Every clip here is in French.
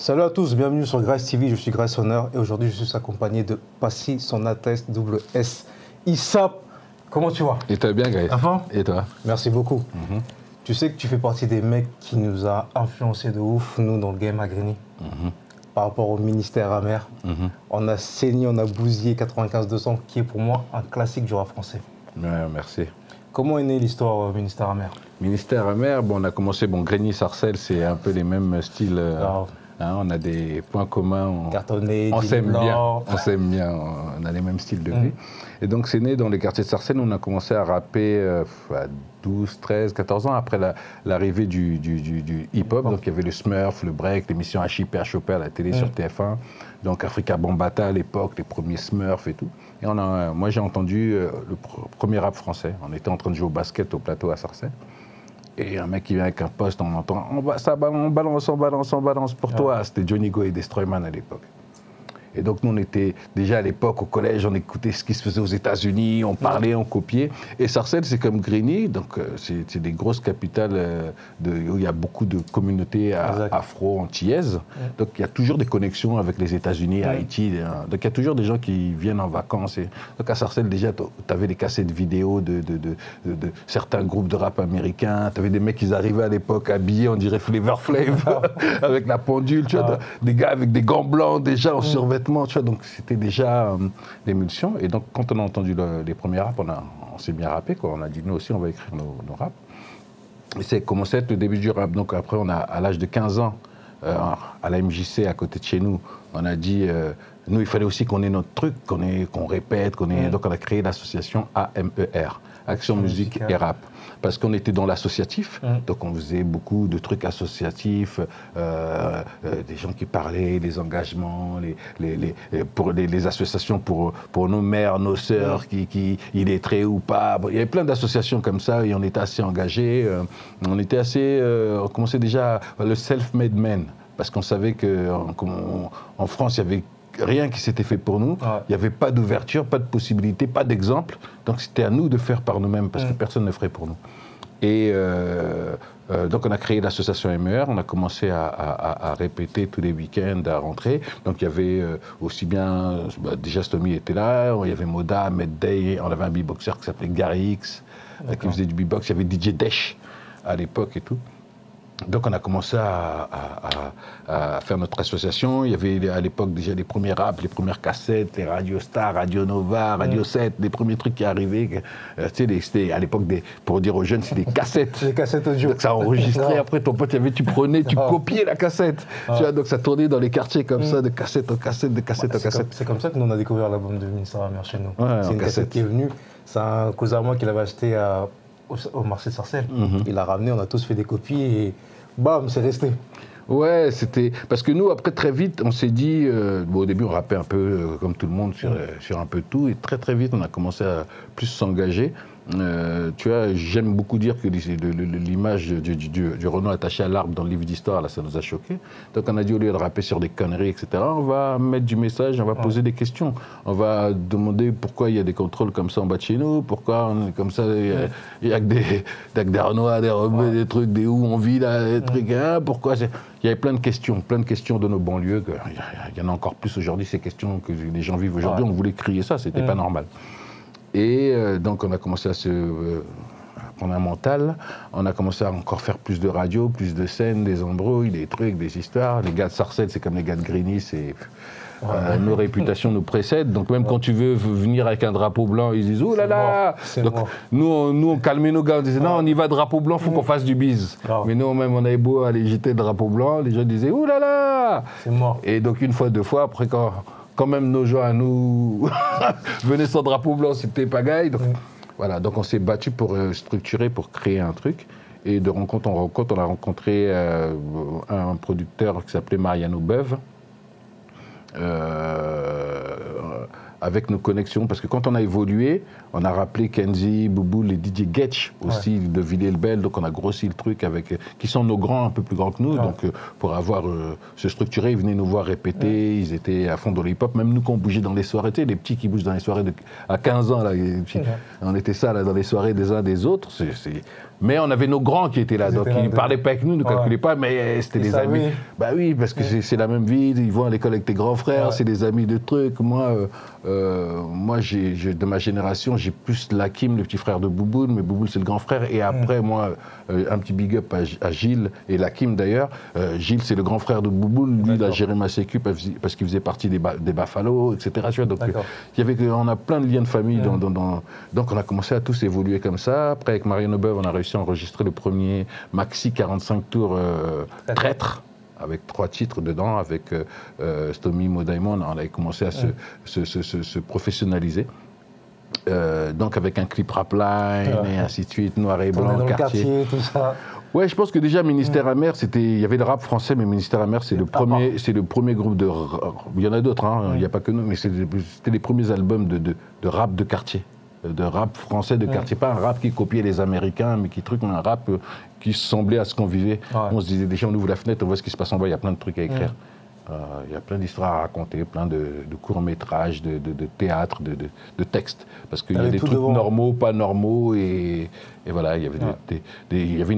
Salut à tous, bienvenue sur Grace TV, je suis Grace Honor et aujourd'hui je suis accompagné de Passy, son atteste double S, ISAP. Comment tu vas? Et toi bien Grace? Enfin? Et toi? Merci beaucoup. Tu sais que tu fais partie des mecs qui nous a influencé de ouf, nous, dans le game à Grigny. Par rapport au Ministère Amer. On a saigné, on a bousillé 95-200, qui est pour moi un classique du rap français. Ouais, merci. Comment est née l'histoire Ministère Amer? Ministère Amer, bon, on a commencé, Grigny, Sarcelles, c'est un peu les mêmes styles. On a des points communs. Cartonné, on s'aime bien, on a les mêmes styles de vie. Et donc c'est né dans les quartiers de Sarcelles, on a commencé à rapper à 12, 13, 14 ans après l'arrivée du hip-hop. Donc il y avait le Smurf, le break, l'émission HIP, HOP à la télé sur TF1. Donc Africa Bambaataa à l'époque, les premiers Smurfs et tout. Et moi j'ai entendu le premier rap français. On était en train de jouer au basket au plateau à Sarcelles. Et un mec qui vient avec un poste, on entend on balance pour toi. C'était Johnny Go et Destroyman à l'époque. Et donc nous on était déjà à l'époque au collège, on écoutait ce qui se faisait aux États-Unis, on parlait, on copiait. Et Sarcelles c'est comme Grigny, donc c'est des grosses capitales où il y a beaucoup de communautés afro-antillaises. Donc il y a toujours des connexions avec les États-Unis, Haïti. Donc il y a toujours des gens qui viennent en vacances. Donc à Sarcelles déjà tu avais des cassettes vidéo de certains groupes de rap américains. Tu avais des mecs qui arrivaient à l'époque habillés, on dirait Flavor Flav, avec la pendule, tu vois, des gars avec des gants blancs déjà en survêtement. Tu vois, donc c'était déjà l'émulsion. Et donc quand on a entendu les premiers raps, on s'est bien rappé, quoi. On a dit nous aussi on va écrire nos raps. Et c'est commencé à être le début du rap. Donc après à l'âge de 15 ans, à la MJC à côté de chez nous, on a dit nous il fallait aussi qu'on ait notre truc, qu'on répète, donc on a créé l'association AMER, Action Musique et Rap. Parce qu'on était dans l'associatif, donc on faisait beaucoup de trucs associatifs, des gens qui parlaient, les engagements, les associations pour nos mères, nos sœurs, qui illettrés ou pas. Il y avait plein d'associations comme ça et on était assez engagés. On commençait déjà le self-made man, parce qu'on savait qu'en France, il y avait rien qui s'était fait pour nous. Il n'y avait pas d'ouverture, pas de possibilité, pas d'exemple. Donc c'était à nous de faire par nous-mêmes parce que personne ne ferait pour nous. Et donc on a créé l'association MER, on a commencé à répéter tous les week-ends, à rentrer. Donc il y avait aussi bien, déjà Stomy était là, il y avait Moda, Medday, on avait un beatboxer qui s'appelait Gary X, qui faisait du beatbox, il y avait DJ Desh à l'époque et tout. Donc on a commencé à faire notre association. Il y avait à l'époque déjà les premiers raps, les premières cassettes, les Radio Star, Radio Nova, Radio 7, les premiers trucs qui arrivaient. C'était à l'époque, pour dire aux jeunes, c'était des cassettes. Les cassettes audio. Donc ça enregistrait, après ton pote, tu prenais, tu copiais la cassette. Tu vois, donc ça tournait dans les quartiers comme ça, de cassette en cassette, de cassette en cassette. C'est comme ça que nous on a découvert l'album de Ministère Amer chez nous. Ouais, c'est une cassette qui est venue. C'est un cousin à moi qui l'avait acheté au marché de Sarcelles. Il l'a ramené, on a tous fait des copies et bam, c'est resté. Ouais, c'était... Parce que nous, après, très vite, on s'est dit... au début, on rappait un peu, comme tout le monde, sur un peu de tout. Et très, très vite, on a commencé à plus s'engager. Tu vois, j'aime beaucoup dire que l'image du Renault attaché à l'arbre dans le livre d'histoire, là, ça nous a choqués. Donc on a dit, au lieu de rapper sur des conneries, etc., on va mettre du message, on va poser des questions. On va demander pourquoi il y a des contrôles comme ça en bas de chez nous, pourquoi on est comme ça, il y a que des Renois, des rebelles, des trucs, des où on vit, là, des trucs, pourquoi c'est... Il y avait plein de questions de nos banlieues. Il y en a encore plus aujourd'hui, ces questions que les gens vivent aujourd'hui. On voulait crier ça, c'était pas normal. Et donc on a commencé à se prendre un mental, on a commencé à encore faire plus de radio, plus de scènes, des embrouilles, des trucs, des histoires. Les gars de Sarcelles, c'est comme les gars de Grigny, nos réputations nous précèdent. Donc même quand tu veux venir avec un drapeau blanc, ils disent « Ouh là là !» Donc nous, on calmait nos gars, on disait « Non, on y va drapeau blanc, il faut qu'on fasse du bise. » Mais nous, même, on avait beau aller jeter le drapeau blanc, les gens disaient « Ouh là là !» C'est mort. Et donc une fois, deux fois, après quand même nos gens à nous venaient sans drapeau blanc, c'était pagaille. Donc, voilà, donc on s'est battu pour structurer, pour créer un truc. Et de rencontre en rencontre, on a rencontré un producteur qui s'appelait Mariano Beuve. Avec nos connexions, parce que quand on a évolué, on a rappelé Kenzie, Boubou, les DJ Getch aussi de Villers-le-Bel, donc on a grossi le truc qui sont nos grands, un peu plus grands que nous, donc pour avoir se structurer, ils venaient nous voir répéter, ils étaient à fond dans le hip-hop, même nous quand on bougeait dans les soirées, tu sais, les petits qui bougent dans les soirées à 15 ans, là, on était ça là, dans les soirées des uns des autres, Mais on avait nos grands qui étaient là, donc ils ne parlaient pas avec nous, ne calculaient pas, mais c'était des amis. Bah oui, parce que c'est la même vie, ils vont à l'école avec tes grands frères, c'est des amis de trucs. Moi, de ma génération, j'ai plus Lakim, le petit frère de Bouboune, mais Bouboune c'est le grand frère. Et après, moi, un petit big up à Gilles et Lakim d'ailleurs. Gilles c'est le grand frère de Bouboune, lui il a géré ma sécu parce qu'il faisait partie des Buffalo, etc. Donc on a plein de liens de famille, donc on a commencé à tous évoluer comme ça. Après avec Marion Obeuf, on a réussi à enregistrer le premier maxi 45 tours Traître, avec 3 titres dedans, avec Stomy, Mo Diamond, on avait commencé à se professionnaliser. Donc avec un clip rapline et ainsi de suite, noir et blanc, dans quartier. Le quartier, tout ça. Ouais, je pense que déjà Ministère Amer, il y avait le rap français, mais Ministère Amer, c'est le premier groupe de. Il y en a d'autres, il n'y a pas que nous, mais c'était les premiers albums de rap de quartier, de rap français de quartier, pas un rap qui copiait les Américains, mais mais un rap qui semblait à ce qu'on vivait. On se disait déjà, on ouvre la fenêtre, on voit ce qui se passe en bas, il y a plein de trucs à écrire. Il y a plein d'histoires à raconter, plein de courts-métrages, de théâtre, de textes. Parce qu'il y a des trucs normaux, pas normaux, et voilà, il y avait, il y avait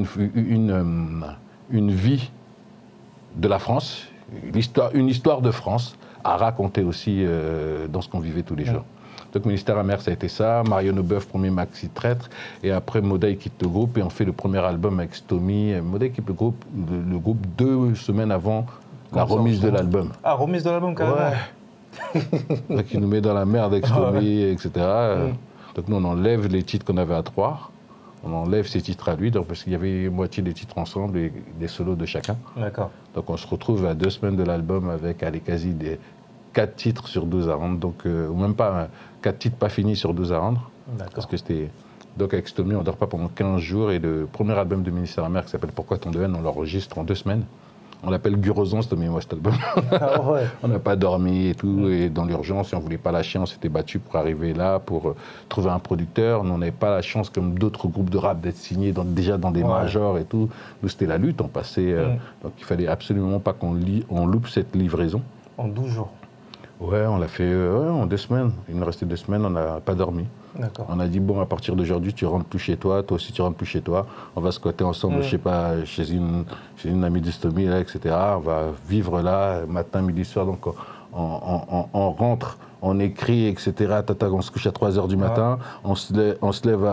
une vie de la France, une histoire de France à raconter aussi dans ce qu'on vivait tous les jours. Donc Ministère Amer, ça a été ça, Marion Obeuf, premier maxi Traître, et après Modaï quitte le groupe, et on fait le premier album avec Stomy. Modaï quitte le groupe 2 semaines avant la remise de l'album. Ah, remise de l'album, carrément. Ouais. Qui nous met dans la merde avec Stomy, etc. Donc nous, on enlève les titres qu'on avait à 3. On enlève ces titres à lui, donc, parce qu'il y avait moitié des titres ensemble et des solos de chacun. D'accord. Donc on se retrouve à 2 semaines de l'album avec quasi des 4 titres sur 12 à rendre. Donc, ou même pas 4 titres pas finis sur 12 à rendre. Parce que c'était... Donc avec Stomy, on ne dort pas pendant 15 jours. Et le premier album de Ministère Amer qui s'appelle Pourquoi ton de haine, on l'enregistre en 2 semaines. On l'appelle Gurozon, Stomy et moi, cet album. On n'a pas dormi et tout, et dans l'urgence, et on ne voulait pas lâcher, on s'était battu pour arriver là, pour trouver un producteur. Nous, on n'avait pas la chance, comme d'autres groupes de rap, d'être signés déjà dans des majors et tout. Nous, c'était la lutte, on passait... donc il fallait absolument pas qu'on loupe cette livraison. En 12 jours. Ouais, on l'a fait en 2 semaines. Il nous restait 2 semaines, on n'a pas dormi. On a dit, bon, à partir d'aujourd'hui, tu rentres plus chez toi aussi tu rentres plus chez toi. On va squatter ensemble, je sais pas, chez une amie de Stomy, là, etc. On va vivre là, matin, midi, soir. Donc, on rentre, on écrit, etc. On se couche à 3 h du matin. On se lève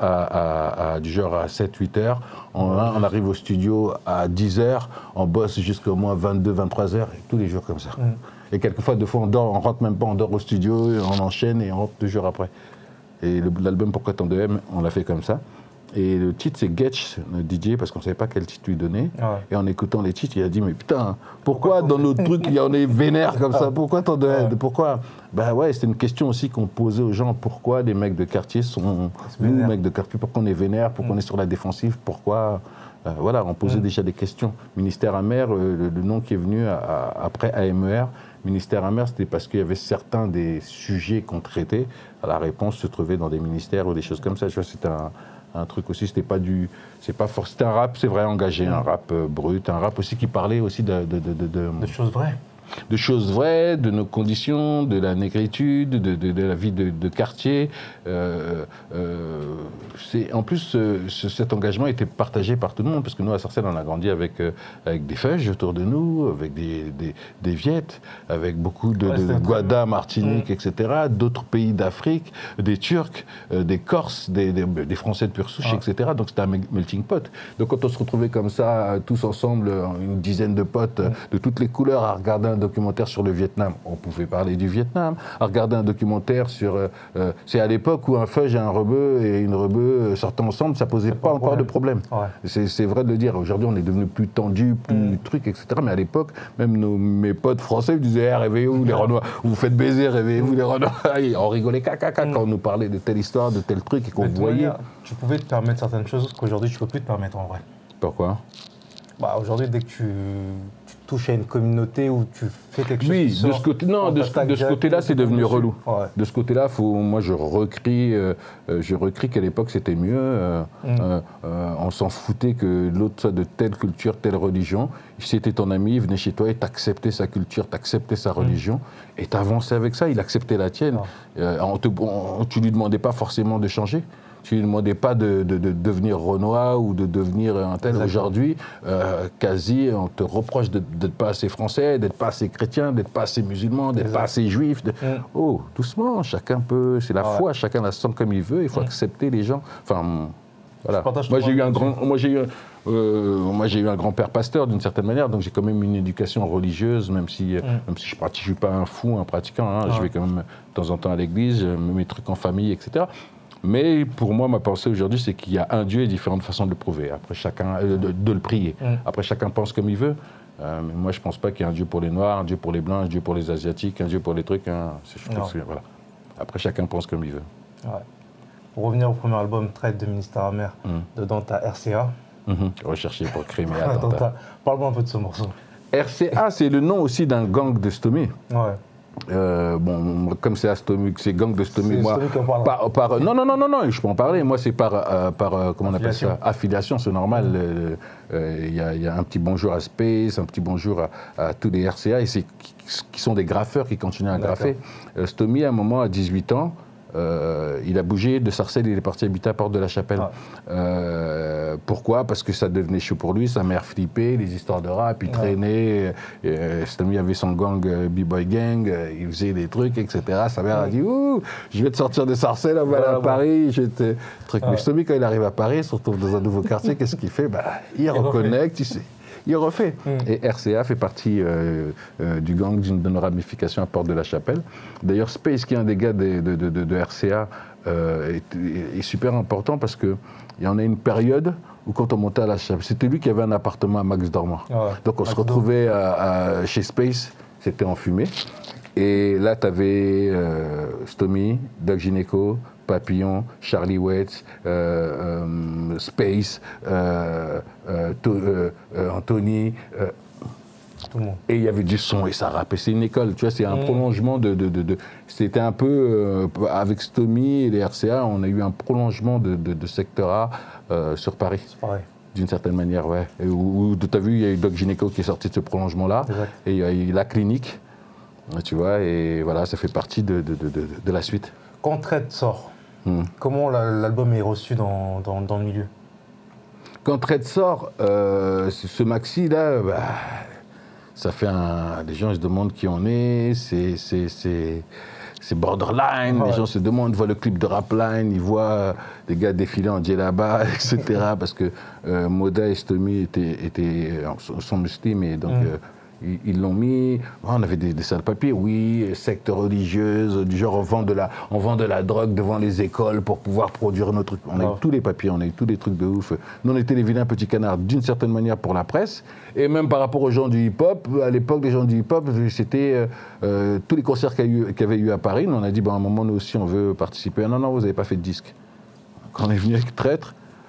du genre à 7-8 heures. On arrive au studio à 10 h. On bosse jusqu'à au moins 22-23 heures, tous les jours comme ça. Et quelquefois, 2 fois, on dort, on rentre même pas, on dort au studio, on enchaîne et on rentre 2 jours après. Et l'album Pourquoi tant de haine, on l'a fait comme ça. Et le titre, c'est Getch, le DJ, parce qu'on ne savait pas quel titre lui donner. Et en écoutant les titres, il a dit, mais putain, pourquoi dans notre truc, on est vénère comme ça? Pourquoi tant de haine? Pourquoi? Bah ouais, c'était une question aussi qu'on posait aux gens. Pourquoi les mecs de quartier sont... Nous, mecs de quartier, pourquoi on est vénère? Pourquoi on est sur la défensive? Pourquoi... voilà, on posait déjà des questions. Ministère Amer, le nom qui est venu après AMER, Ministère Amer, c'était parce qu'il y avait certains des sujets qu'on traitait. La réponse se trouvait dans des ministères ou des choses comme ça. Tu vois, c'était un truc aussi, c'était un rap, c'est vrai, engagé, un rap brut, un rap aussi qui parlait aussi de choses vraies. De choses vraies, de nos conditions, de la négritude, de la vie de quartier. En plus, cet engagement était partagé par tout le monde, parce que nous, à Sarcelles, on a grandi avec des feuilles autour de nous, avec des Viettes, avec beaucoup de Guada, Martinique, etc., d'autres pays d'Afrique, des Turcs, des Corses, des Français de pure souche, etc. Donc c'était un melting pot. Donc quand on se retrouvait comme ça, tous ensemble, une dizaine de potes de toutes les couleurs, à regarder un documentaire sur le Vietnam, on pouvait parler du Vietnam, à regarder un documentaire sur... c'est à l'époque où un feuge et un rebeu et une rebeu sortaient ensemble, ça posait pas encore de problème. C'est vrai de le dire. Aujourd'hui, on est devenu plus tendu, plus truc, etc. Mais à l'époque, même mes potes français me disaient réveillez-vous les Renois, vous faites baiser, réveillez-vous les Renois. On rigolait caca quand on nous parlait de telle histoire, de tel truc et qu'on voyait. Tu pouvais te permettre certaines choses qu'aujourd'hui, tu peux plus te permettre en vrai. Pourquoi? Aujourd'hui, dès que tu touches à une communauté où tu fais quelque chose. Oui, de ce côté-là, c'est devenu relou. De ce côté-là, moi, je recris qu'à l'époque, c'était mieux. On s'en foutait que l'autre soit de telle culture, telle religion. Si c'était ton ami, il venait chez toi et t'acceptais sa culture, t'acceptais sa religion, et t'avançais avec ça. Il acceptait la tienne. Tu lui demandais pas forcément de changer. Tu ne lui demandais pas de devenir Renoir ou de devenir un tel. Aujourd'hui, quasi, on te reproche d'être pas assez français, d'être pas assez chrétien, d'être pas assez musulman, d'être pas assez juif. Oh, doucement, chacun peut, c'est la foi, chacun la sent comme il veut, il faut accepter les gens. Enfin, voilà. Moi, j'ai eu un grand, moi, j'ai eu un grand-père pasteur d'une certaine manière, donc j'ai quand même une éducation religieuse, même si je ne suis pas un fou, un pratiquant. Hein, je vais quand même de temps en temps à l'église, mes trucs en famille, etc. Mais pour moi, ma pensée aujourd'hui, c'est qu'il y a un Dieu et différentes façons de le prouver. Après chacun, de le prier. Après, chacun pense comme il veut. Mais moi, je ne pense pas qu'il y ait un Dieu pour les Noirs, un Dieu pour les Blancs, un Dieu pour les Asiatiques, un Dieu pour les trucs. Hein. Voilà. Après, chacun pense comme il veut. Ouais. Pour revenir au premier album, Traite de Ministère Amer, dedans, tu as RCA. Recherché pour créer mes attentats. Parle-moi un peu de ce morceau. RCA, c'est le nom aussi d'un gang de Stomé. Ouais. Bon, comme c'est Astomu, c'est gang de Stomé, moi. Non, je peux en parler. Moi, c'est par comment on appelle ça, affiliation, c'est normal. Il y a un petit bonjour à Space, un petit bonjour à tous les RCA, et qui sont des graffeurs qui continuent à graffer. Stomé, à un moment, à 18 ans, il a bougé de Sarcelles, il est parti habiter à Porte de la Chapelle. Pourquoi? Parce que ça devenait chaud pour lui, sa mère flippait, les histoires de rap, il traînait, Stomé avait son gang, B-Boy Gang, il faisait des trucs, etc. Sa mère a dit, ouh, je vais te sortir de Sarcelles, on va aller à Paris, je vais te... Mais Stomé, quand il arrive à Paris, il se retrouve dans un nouveau quartier, qu'est-ce qu'il fait? Il reconnecte, il refait. Et RCA fait partie du gang d'une ramification à Porte de la Chapelle. D'ailleurs, Space, qui est un des gars de RCA, est super important parce qu'il y en a une période où quand on montait à la Chapelle, c'était lui qui avait un appartement à Max Dormant. Donc on se retrouvait chez Space, c'était en fumée. Et là, tu avais Stomé, Doc Gineco, Papillon, Charlie Wetz, Space, Anthony. Tout le monde. Et il y avait du son et ça rappait. C'est une école, tu vois, c'est un prolongement c'était un peu, avec Stomé et les RCA, on a eu un prolongement de secteur A sur Paris. C'est pareil. D'une certaine manière, ouais. Où tu as vu, il y a eu Doc Gineco qui est sorti de ce prolongement-là. Exact. Et il y a eu la clinique, tu vois, et voilà, ça fait partie de la suite. Quand Traite sort, comment l'album est reçu dans le milieu? Quand Traite sort, ce maxi-là, ça fait les gens ils se demandent qui on est, c'est borderline, les gens se demandent, ils voient le clip de Rapline, ils voient des gars défiler en djellaba, etc. Parce que Moda et Stomé sont musulmans, et donc ils l'ont mis. On avait des dessins de papier, oui, secte religieuse, du genre on vend de la drogue devant les écoles pour pouvoir produire nos trucs. On a eu tous les papiers, on a eu tous les trucs de ouf. Nous, on était les vilains petits canards d'une certaine manière pour la presse, et même par rapport aux gens du hip-hop. À l'époque, les gens du hip-hop, c'était tous les concerts qu'il y avait eu à Paris. Nous, on a dit, à un moment, nous aussi, on veut participer. Non, vous n'avez pas fait de disque. Quand on est venu avec Traître,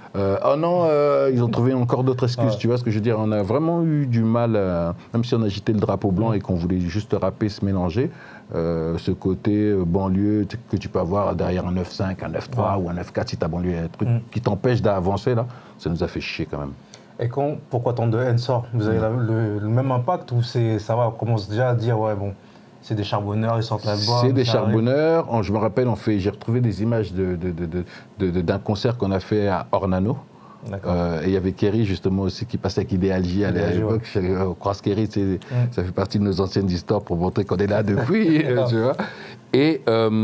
ils ont trouvé encore d'autres excuses, tu vois ce que je veux dire. On a vraiment eu du mal, même si on agitait le drapeau blanc et qu'on voulait juste rapper, se mélanger, ce côté banlieue que tu peux avoir derrière un 9.5, un 9.3 ou un 9.4, si ta banlieue est un truc qui t'empêche d'avancer, là, ça nous a fait chier quand même. Et pourquoi tant de haine sort? Vous avez le même impact ou ça va, on commence déjà à dire, ouais, bon, c'est des charbonneurs, ils sortent l'album. C'est des charbonneurs. Je me rappelle, j'ai retrouvé des images d'un concert qu'on a fait à Ornano. Et il y avait Kerry justement aussi qui passait avec Idéalgie à l'époque. On croit que Kerry, ça fait partie de nos anciennes histoires pour montrer qu'on est là depuis. Tu vois. Et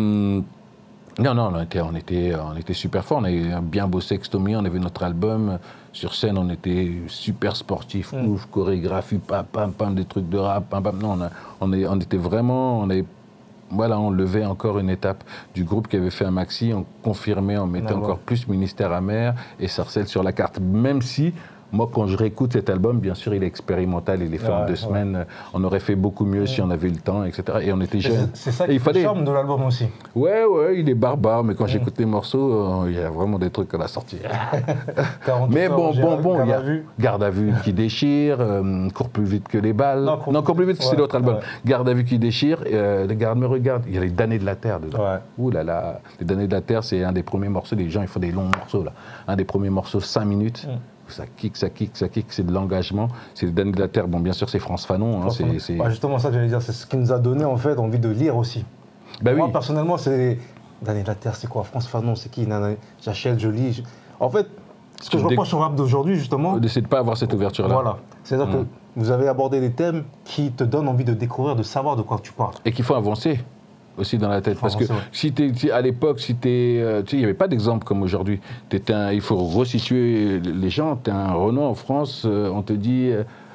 non, on était super forts. On avait bien bossé avec Stomé, on avait notre album. Sur scène, on était super sportifs, ouf, chorégraphie, pam, des trucs de rap, pam. Non, on était vraiment, on levait encore une étape du groupe qui avait fait un maxi, on confirmait, on mettait encore plus Ministère Amer et Sarcelles sur la carte, même si... Moi, quand je réécoute cet album, bien sûr, il est expérimental, il est fait en 2 semaines. On aurait fait beaucoup mieux si on avait eu le temps, etc. Et on était jeunes. C'est ça qui fait le charme de l'album aussi. Ouais, il est barbare, mais quand j'écoute les morceaux, il y a vraiment des trucs qu'on a sortis. Mais bon, il y a Garde à vue qui déchire, Cours plus vite que les balles. Non, Cours plus vite, c'est l'autre album. Garde à vue qui déchire, les gardes me regardent. Il y a les damnés de la terre dedans. Ouh là là, les damnés de la terre, c'est un des premiers morceaux. Les gens, ils font des longs morceaux là. Un des premiers morceaux, 5 minutes. Ça kick, c'est de l'engagement. C'est le dernier de la terre. Bon, bien sûr, c'est France Fanon. Justement, ça, j'allais dire, c'est ce qui nous a donné en fait envie de lire aussi. Moi, personnellement, c'est Daniela Terre, c'est quoi? France Fanon, c'est qui? Jachel, Jolie. En fait, ce que je reproche au rap d'aujourd'hui, justement. D'essayer de ne pas avoir cette ouverture-là. Voilà. C'est-à-dire que vous avez abordé des thèmes qui te donnent envie de découvrir, de savoir de quoi tu parles. Et qu'il faut avancer aussi dans la tête. Parce que à l'époque, il n'y avait pas d'exemple comme aujourd'hui. Il faut resituer les gens. Tu es un Renoir en France, on te dit,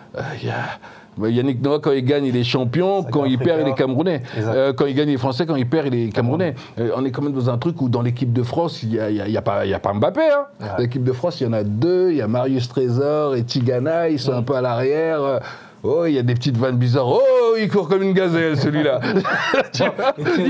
Yannick Noah, quand il gagne, il est champion. Quand il perd, il est Camerounais. Quand il gagne, il est Français. Quand il perd, il est Camerounais. On est quand même dans un truc où dans l'équipe de France, il n'y a pas Mbappé. Hein. Ouais. L'équipe de France, il y en a deux. Il y a Marius Trésor et Tigana. Ils sont un peu à l'arrière. Oh, il y a des petites vannes bizarres. Oh, il court comme une gazelle, celui-là. Il y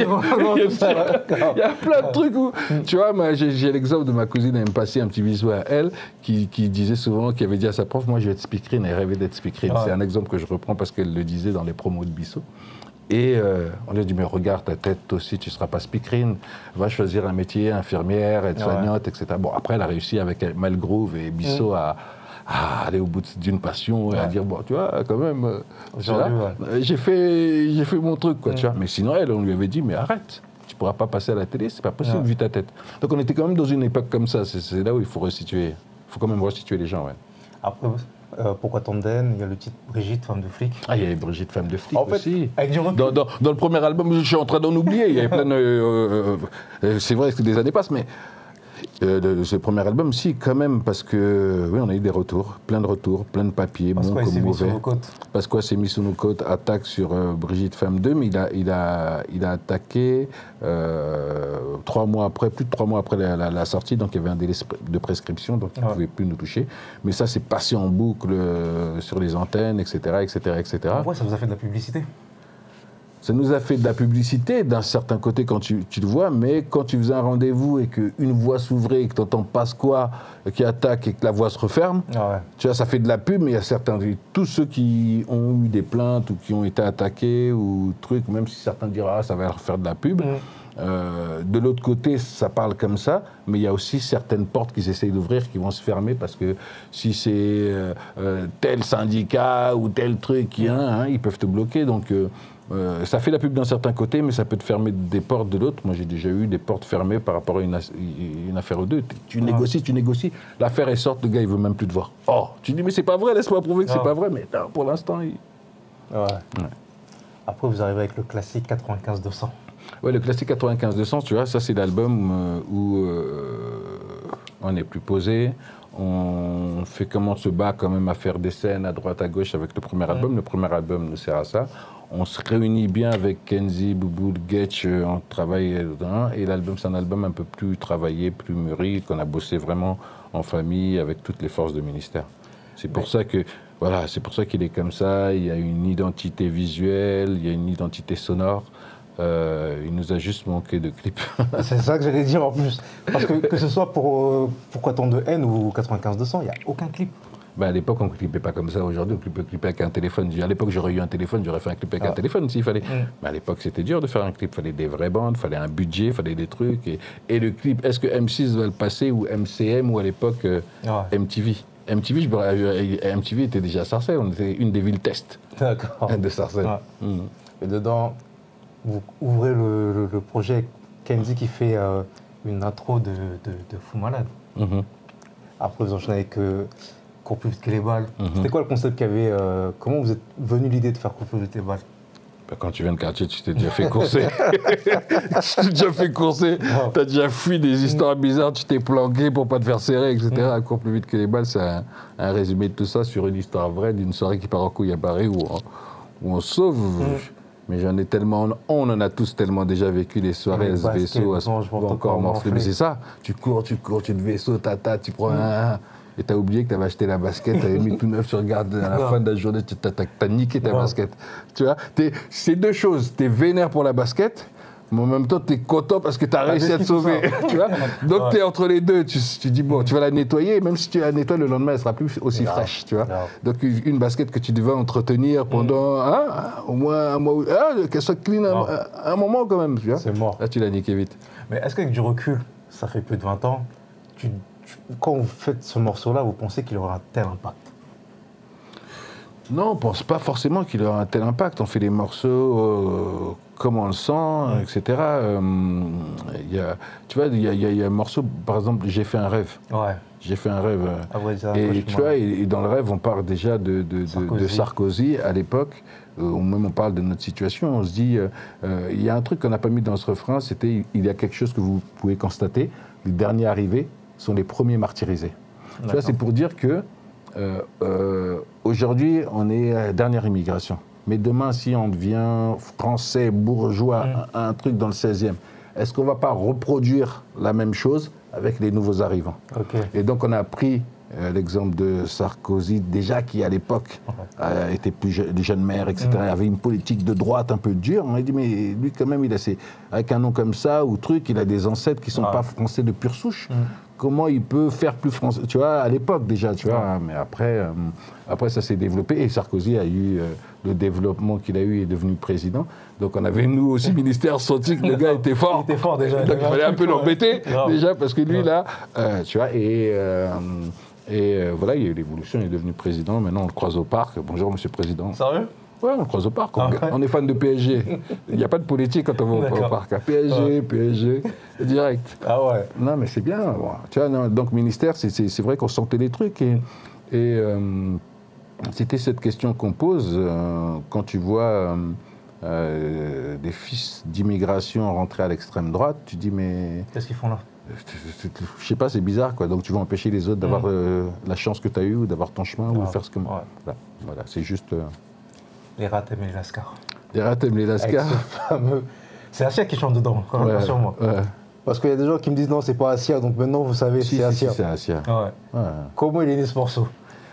a plein de trucs où... Tu vois, j'ai l'exemple de ma cousine, elle me passait un petit bisou à elle, qui disait souvent, qui avait dit à sa prof, moi, je vais être speakerine. Elle rêvait d'être speakerine. Ouais. C'est un exemple que je reprends parce qu'elle le disait dans les promos de Bissot. Et on lui a dit, mais regarde ta tête, toi aussi, tu ne seras pas speakerine. Va choisir un métier, infirmière, aide-soignante, etc. Bon, après, elle a réussi avec Malgrove et Bissot à aller au bout d'une passion et à dire, bon, tu vois, quand même, j'ai fait mon truc, quoi, tu vois. Mais sinon, on lui avait dit, mais arrête, tu ne pourras pas passer à la télé, c'est pas possible, vu ta tête. Donc on était quand même dans une époque comme ça, c'est là où il faut resituer. Il faut quand même resituer les gens, ouais. Après, pourquoi Tanden? Il y a le titre Brigitte, femme de flic. Ah, il y avait Brigitte, femme de flic aussi. Avec du recul. Dans le premier album, je suis en train d'en oublier, il y avait plein de... c'est vrai que des années passent, mais... ce premier album, si, quand même, parce que, oui, on a eu des retours, plein de papiers, bons comme mauvais. Parce quoi s'est mis sous nos côtes, attaque sur Brigitte Femme 2, mais il a attaqué 3 mois après, plus de 3 mois après la sortie, donc il y avait un délai de prescription, donc il ne pouvait plus nous toucher. Mais ça, c'est passé en boucle sur les antennes, etc., etc., etc. Pourquoi ça vous a fait de la publicité? Ça nous a fait de la publicité d'un certain côté quand tu le vois, mais quand tu faisais un rendez-vous et qu'une voix s'ouvrait et que tu entends Pasqua qui attaque et que la voix se referme, tu vois, ça fait de la pub, mais il y a certains, tous ceux qui ont eu des plaintes ou qui ont été attaqués ou trucs, même si certains diront ça va leur faire de la pub, de l'autre côté, ça parle comme ça, mais il y a aussi certaines portes qu'ils essayent d'ouvrir qui vont se fermer parce que si c'est tel syndicat ou tel truc, ils peuvent te bloquer, donc... ça fait la pub d'un certain côté, mais ça peut te fermer des portes de l'autre. Moi, j'ai déjà eu des portes fermées par rapport à une affaire ou deux. Tu négocies. L'affaire est sorte, le gars, il veut même plus te voir. Oh, tu dis, mais c'est pas vrai, laisse-moi prouver que c'est pas vrai. Mais non, pour l'instant, Après, vous arrivez avec le classique 95-200. Ouais, le classique 95-200, tu vois, ça, c'est l'album où on est plus posé. On fait comment on se bat quand même à faire des scènes à droite, à gauche avec le premier album. Le premier album nous sert à ça. On se réunit bien avec Kenzie, Boubou, Getch, on travaille dedans. Et l'album, c'est un album un peu plus travaillé, plus mûri, qu'on a bossé vraiment en famille avec toutes les forces de ministère. C'est pour ça que, voilà, c'est pour ça qu'il est comme ça. Il y a une identité visuelle, il y a une identité sonore. Il nous a juste manqué de clips. C'est ça que j'allais dire en plus. Parce que ce soit pour Pourquoi tant de haine ou 95-200, il n'y a aucun clip. À l'époque, on ne clippait pas comme ça. Aujourd'hui, on peut clipper avec un téléphone. À l'époque, j'aurais eu un téléphone, j'aurais fait un clip avec un téléphone s'il fallait. Mais à l'époque, c'était dur de faire un clip. Il fallait des vraies bandes, il fallait un budget, il fallait des trucs. Et le clip, est-ce que M6 va le passer ou MCM ou à l'époque MTV MTV était déjà à Sarcelles. On était une des villes test de Sarcelles. Et dedans, vous ouvrez le projet Kenzie qui fait une intro de Fou Malade. Après, vous enchaînez avec Cours plus vite que les balles. C'était quoi le concept qu'il y avait comment vous êtes venu l'idée de faire Cours plus vite que les balles? Quand tu viens de quartier, tu t'es déjà fait courser. Tu as déjà fui des histoires bizarres, tu t'es planqué pour pas te faire serrer, etc. Cours plus vite que les balles, c'est un résumé de tout ça sur une histoire vraie d'une soirée qui part en couille à Paris où on se sauve. Mais j'en ai tellement, on en a tous tellement déjà vécu les soirées à ce vaisseau, encore morflé. Mais c'est ça, tu cours, tu te vaisseau, tu prends un... Et t'as oublié que t'avais acheté la basket, t'avais mis tout neuf, tu regardes à la fin de la journée, t'as niqué ta basket. Tu vois, c'est deux choses, t'es vénère pour la basket, mais en même temps t'es content parce que t'as réussi à te sauver. Tu vois, donc t'es entre les deux, tu dis bon, tu vas la nettoyer, même si tu la nettoies, le lendemain elle sera plus aussi fraîche, tu vois. Donc une basket que tu devais entretenir pendant au moins un mois, qu'elle soit clean un moment quand même, tu vois. C'est mort. Là tu l'as niqué vite. Mais est-ce qu'avec du recul, ça fait plus de 20 ans, quand vous faites ce morceau-là, vous pensez qu'il aura un tel impact? Non, on ne pense pas forcément qu'il aura un tel impact. On fait des morceaux comme on le sent, etc. Tu vois, il y a un morceau, par exemple, J'ai fait un rêve. Ouais. J'ai fait un rêve. À vrai dire, Et tu vois, et dans le rêve, on parle déjà de Sarkozy à l'époque, ou même on parle de notre situation. On se dit, il y a un truc qu'on n'a pas mis dans ce refrain, c'était il y a quelque chose que vous pouvez constater, les derniers arrivés sont les premiers martyrisés. Tu vois, c'est pour dire que aujourd'hui, on est à la dernière immigration. Mais demain, si on devient français, bourgeois, un truc dans le 16e, est-ce qu'on ne va pas reproduire la même chose avec les nouveaux arrivants? Et donc, on a pris l'exemple de Sarkozy, déjà qui, à l'époque, était plus jeune maire, etc., avait une politique de droite un peu dure. On a dit, mais lui, quand même, avec un nom comme ça, ou truc, il a des ancêtres qui ne sont pas français de pure souche. Comment il peut faire plus français? Tu vois, à l'époque déjà, tu vois, mais après ça s'est développé et Sarkozy a eu le développement qu'il a eu et est devenu président. Donc on avait, nous aussi, ministère, senti que le gars était fort. Il était fort déjà. Donc il fallait un peu l'embêter déjà, parce que lui, là, tu vois, et voilà, il y a eu l'évolution, il est devenu président. Maintenant, on le croise au parc. Bonjour, monsieur le président. Sérieux? Ouais, on le croise au parc. On est fan de PSG. Il n'y a pas de politique quand on va au parc. PSG, direct. Ah ouais. Non, mais c'est bien. Bon. Tu vois, non, donc, ministère, c'est vrai qu'on sentait les trucs. Et c'était cette question qu'on pose quand tu vois des fils d'immigration rentrer à l'extrême droite. Tu dis, mais. Qu'est-ce qu'ils font là? Je sais pas, c'est bizarre, quoi. Donc, tu vas empêcher les autres d'avoir la chance que tu as eue, ou d'avoir ton chemin, ou de faire ce que. Voilà, c'est juste. Les Ratem et les Lascar. Les Ratem et les Lascar. C'est Assia qui chante dedans, sur moi. Ouais. Parce qu'il y a des gens qui me disent non, c'est pas Assia, donc maintenant vous savez, c'est Assia. Si, c'est Assia. Ouais. Comment il est né ce morceau?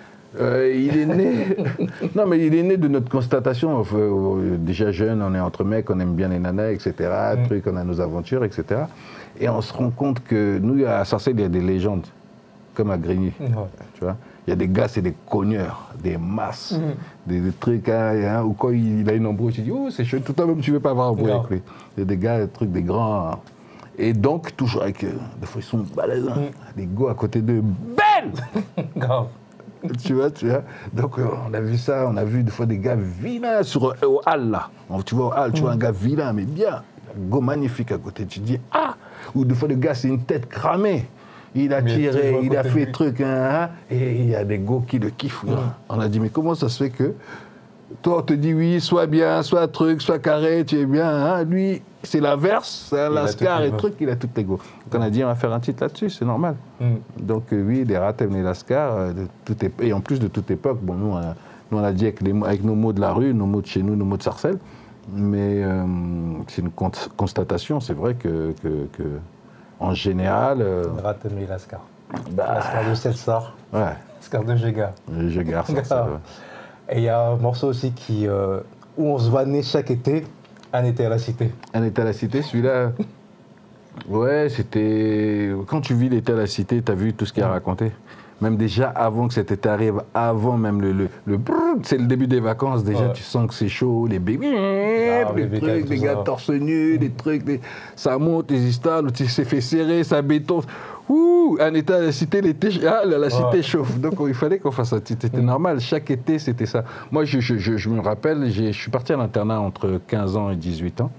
Il est né. Non, mais il est né de notre constatation. Déjà jeune, on est entre mecs, on aime bien les nanas, etc. On a nos aventures, etc. Et on se rend compte que nous, à Sarcelles, il y a des légendes, comme à Grigny. Tu vois, il y a des gars, c'est des cogneurs, des masses, des trucs, ou quand il a une embrouille, tu dis, oh, c'est chaud, tout le même, tu ne veux pas avoir embrouille avec lui. Il y a des gars, des trucs, des grands. Et donc, toujours avec. Des fois, ils sont balèzes, des gars à côté d'eux, belle. Grave. Tu vois. Donc, on a vu ça, on a vu des fois des gars vilains au hall, là. Tu vois, au hall, tu vois un gars vilain, mais bien. Un gars magnifique à côté. Tu dis, ah. Ou des fois, le gars, c'est une tête cramée. Il a tiré, il a fait truc, et il y a des gars qui le kiffent. On a dit, mais comment ça se fait que toi, on te dit oui, soit bien, soit truc, soit carré, tu es bien. Lui, c'est l'inverse, c'est un lascar et truc, il a toutes les go. Donc on a dit, on va faire un titre là-dessus, c'est normal. Donc oui, les Ratem, les lascars, et en plus de toute époque, bon, nous on a dit avec nos mots de la rue, nos mots de chez nous, nos mots de Sarcelles, mais c'est une constatation, c'est vrai que en général. Ratem et Lascar. Lascar de Setsar. Ouais. Lascar de Jégar. Jégar, ça. Et il y a un morceau aussi où on se vannait chaque été, Un été à la cité. Un été à la cité, celui-là. Ouais, c'était. Quand tu vis l'été à la cité, tu as vu tout ce qu'il a raconté. Même déjà avant que cet été arrive, avant même le c'est le début des vacances, déjà tu sens que c'est chaud, les bébés, les trucs, les gars torse nu, les trucs, ça monte, les histoires, tu s'est fait serrer, ça béton. Ouh, un été à la cité, la cité chauffe. Donc il fallait qu'on fasse ça, c'était normal, chaque été c'était ça. Moi je me rappelle, je suis parti à l'internat entre 15 ans et 18 ans.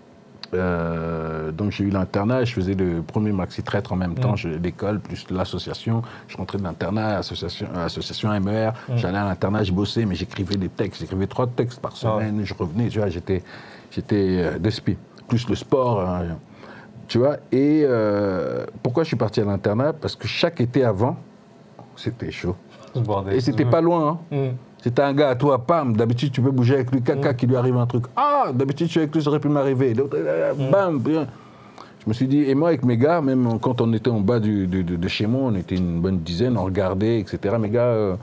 Donc j'ai eu l'internat et je faisais le premier maxi-traître en même temps, l'école plus l'association. Je rentrais de l'internat, association MER, j'allais à l'internat, je bossais, mais j'écrivais des textes, j'écrivais 3 textes par semaine, je revenais, tu vois, j'étais d'esprit, plus le sport, tu vois. Et pourquoi je suis parti à l'internat? Parce que chaque été avant, c'était chaud. Et c'était pas loin, C'était un gars à toi, pam, d'habitude tu peux bouger avec lui, caca, qui lui arrive un truc. Ah, d'habitude je suis avec lui, ça aurait pu m'arriver. Bam, bien. Je me suis dit, et moi avec mes gars, même quand on était en bas de chez moi, on était une bonne dizaine, on regardait, etc. Mes gars,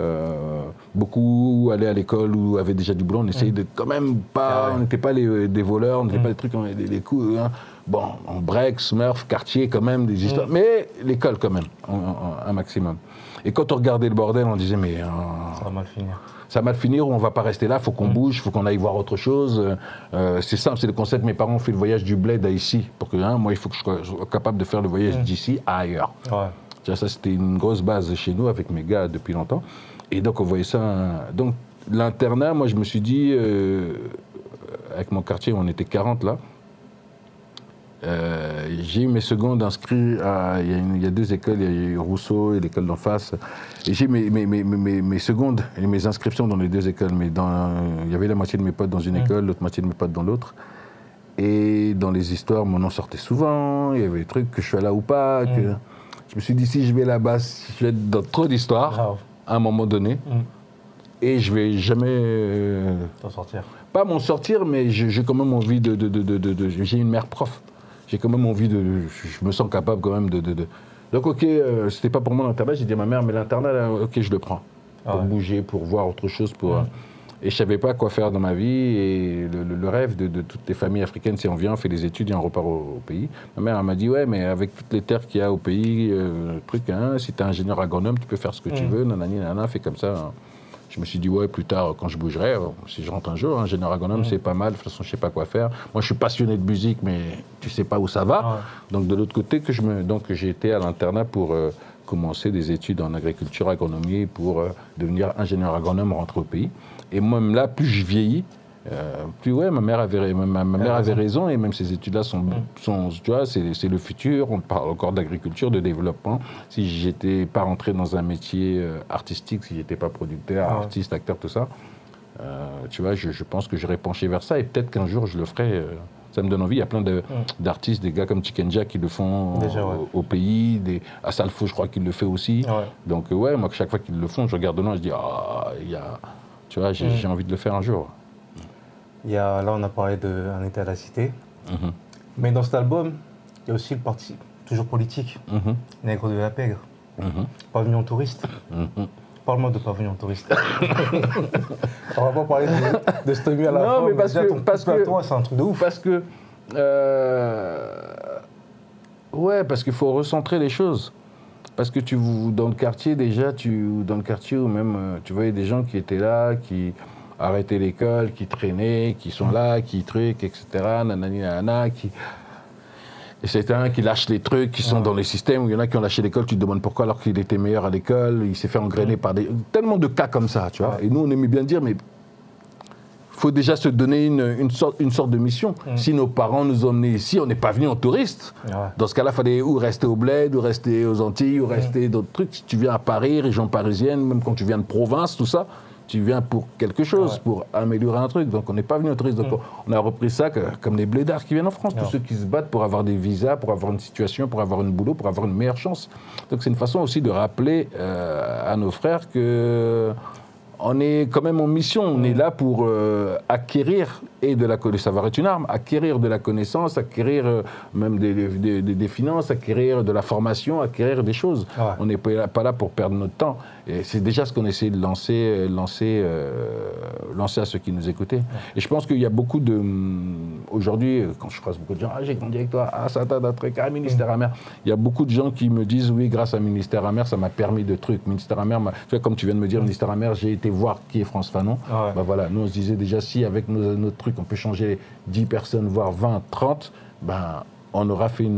beaucoup allaient à l'école ou avaient déjà du boulot, on essayait de quand même pas, on n'était pas des voleurs, on n'était pas des trucs, des coups. Bon, on break, smurf, quartier, quand même, des histoires, mais l'école quand même, un maximum. Et quand on regardait le bordel, on disait, mais. Ça va mal finir. Ça va mal finir, on va pas rester là, il faut qu'on bouge, il faut qu'on aille voir autre chose. C'est simple, c'est le concept. Mes parents ont fait le voyage du bled à ici. Pour que, moi, il faut que je sois capable de faire le voyage d'ici à ailleurs. Ouais. Tu vois, ça, c'était une grosse base chez nous avec mes gars depuis longtemps. Et donc, on voyait ça. Donc, l'internat, moi, je me suis dit, avec mon quartier, on était 40 là, j'ai eu mes secondes inscrits à... Il y a 2 écoles, il y a eu Rousseau et l'école d'en face. Et j'ai mes secondes et mes inscriptions dans les 2 écoles. Mais il y avait la moitié de mes potes dans une école, l'autre moitié de mes potes dans l'autre. Et dans les histoires, mon nom sortait souvent. Il y avait des trucs que je suis là ou pas. Que... Je me suis dit, si je vais là-bas, je vais être dans trop d'histoires à un moment donné. Et je vais jamais... T'en sortir. Pas m'en sortir, mais j'ai quand même envie de j'ai une mère prof. J'ai quand même envie je me sens capable quand même Donc ok, c'était pas pour moi l'internat, j'ai dit à ma mère, mais l'internat, là, ok, je le prends. Pour bouger, pour voir autre chose, Et je savais pas quoi faire dans ma vie, et le rêve de toutes les familles africaines, c'est on vient, on fait des études et on repart au pays. Ma mère, elle m'a dit, ouais, mais avec toutes les terres qu'il y a au pays, si t'es ingénieur agronome, tu peux faire ce que tu veux, nanani, nanana, fais comme ça. Hein. Je me suis dit, ouais, plus tard, quand je bougerai, si je rentre un jour, ingénieur agronome, c'est pas mal, de toute façon, je sais pas quoi faire. Moi, je suis passionné de musique, mais tu sais pas où ça va. Donc, de l'autre côté, j'ai été à l'internat pour commencer des études en agriculture, agronomie, pour devenir ingénieur agronome, rentrer au pays. Et même là, plus je vieillis, plus ma mère avait raison, et même ces études-là sont tu vois, c'est le futur. On parle encore d'agriculture, de développement. Si j'étais pas rentré dans un métier artistique, si j'étais pas producteur, artiste, acteur, tout ça, tu vois, je pense que j'aurais penché vers ça, et peut-être qu'un jour je le ferai. Ça me donne envie. Il y a plein d'artistes, des gars comme Chikenja qui le font au pays, Asalfo, je crois qu'il le fait aussi. Donc moi, chaque fois qu'ils le font, je regarde de loin, je dis tu vois, j'ai envie de le faire un jour. Là, on a parlé d'Un été à la cité. Mais dans cet album, il y a aussi le parti, toujours politique, Nègre de la Pègre, Pavillon touriste. Parle-moi de Pavillon touriste. On va pas parler de Stomy à la fin. Non, mais parce que c'est un truc de ouf. Parce que... parce qu'il faut recentrer les choses. Parce que dans le quartier, déjà, ou même, tu voyais des gens qui étaient là, qui arrêtaient l'école, qui traînaient, qui sont là, qui truquent, etc. Nanani, nanana, Et c'est un qui lâche les trucs, qui sont dans les systèmes, où il y en a qui ont lâché l'école, tu te demandes pourquoi, alors qu'il était meilleur à l'école, il s'est fait engrainer par tellement de cas comme ça, tu vois. Et nous, on aimait bien dire, mais il faut déjà se donner une sorte de mission. Si nos parents nous ont emmenés ici, on n'est pas venus en touriste. Dans ce cas-là, il fallait ou rester au Bled, ou rester aux Antilles, ou rester d'autres trucs. Si tu viens à Paris, région parisienne, même quand tu viens de province, tout ça, tu viens pour quelque chose, pour améliorer un truc. Donc on n'est pas venu en touriste. Donc on a repris ça comme les blédards qui viennent en France. Tous ceux qui se battent pour avoir des visas, pour avoir une situation, pour avoir une boulot, pour avoir une meilleure chance. Donc c'est une façon aussi de rappeler à nos frères que... On est quand même en mission, on est là pour acquérir, et de la connaissance, savoir est une arme, acquérir de la connaissance, acquérir même des finances, acquérir de la formation, acquérir des choses. On n'est pas là pour perdre notre temps. Et c'est déjà ce qu'on essaie de lancer à ceux qui nous écoutaient. Et je pense qu'il y a beaucoup de... Aujourd'hui, quand je croise beaucoup de gens, j'ai grandi avec toi, ça t'a d'un truc, Ministère Amer. Il y a beaucoup de gens qui me disent, oui, grâce à Ministère Amer, ça m'a permis de trucs. Ministère Amer, tu vois, comme tu viens de me dire, Ministère Amer, j'ai été voir qui est France Fanon. Bah voilà, nous on se disait déjà, si avec notre truc on peut changer 10 personnes, voire 20, 30, ben on aura fait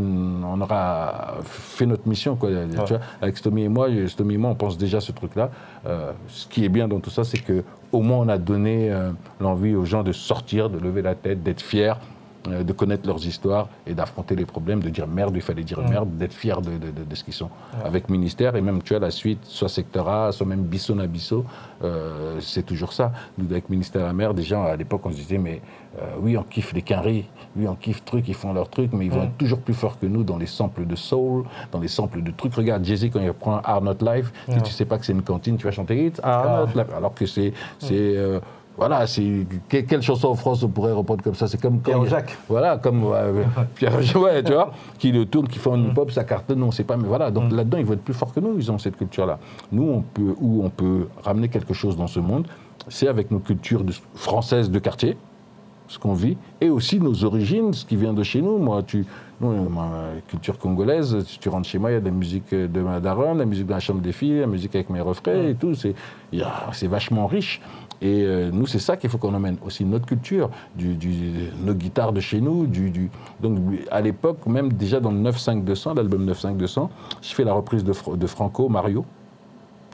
notre mission, quoi. Tu vois, avec Stomy et moi, on pense déjà ce truc-là. Ce qui est bien dans tout ça, c'est qu'au moins on a donné l'envie aux gens de sortir, de lever la tête, d'être fiers, de connaître leurs histoires et d'affronter les problèmes, de dire merde, il fallait dire merde, d'être fiers de ce qu'ils sont. Avec Ministère, et même tu vois la suite, soit Secteur A, soit même Bisso Nabisso, c'est toujours ça. Nous, avec Ministère Amer, déjà à l'époque on se disait, mais oui, on kiffe les Quinry, oui, on kiffe trucs, ils font leurs trucs, mais ils vont être toujours plus forts que nous dans les samples de soul, dans les samples de trucs. Regarde, Jay-Z, quand il prend Are Not Live, si tu sais pas que c'est une cantine, tu vas chanter It's Are Not Live, alors que c'est voilà, quelle chanson en France on pourrait reprendre comme ça? C'est comme Pierre-Jacques. Voilà, comme Pierre-Jacques, tu vois, qui le tourne, qui fait un hip-hop, ça cartonne, on ne sait pas, mais voilà. Donc là-dedans, ils vont être plus forts que nous, ils ont cette culture-là. Nous, on peut ramener quelque chose dans ce monde, c'est avec nos cultures françaises de quartier, ce qu'on vit, et aussi nos origines, ce qui vient de chez nous. Moi, culture congolaise, si tu rentres chez moi, il y a de la musique de ma daronne, la musique de la chambre des filles, la musique avec mes refrains et tout, c'est vachement riche. Et nous, c'est ça qu'il faut qu'on emmène. Aussi notre culture, nos guitares de chez nous. Donc, à l'époque, même déjà dans le 95200, l'album 95200, je fais la reprise de Franco, Mario.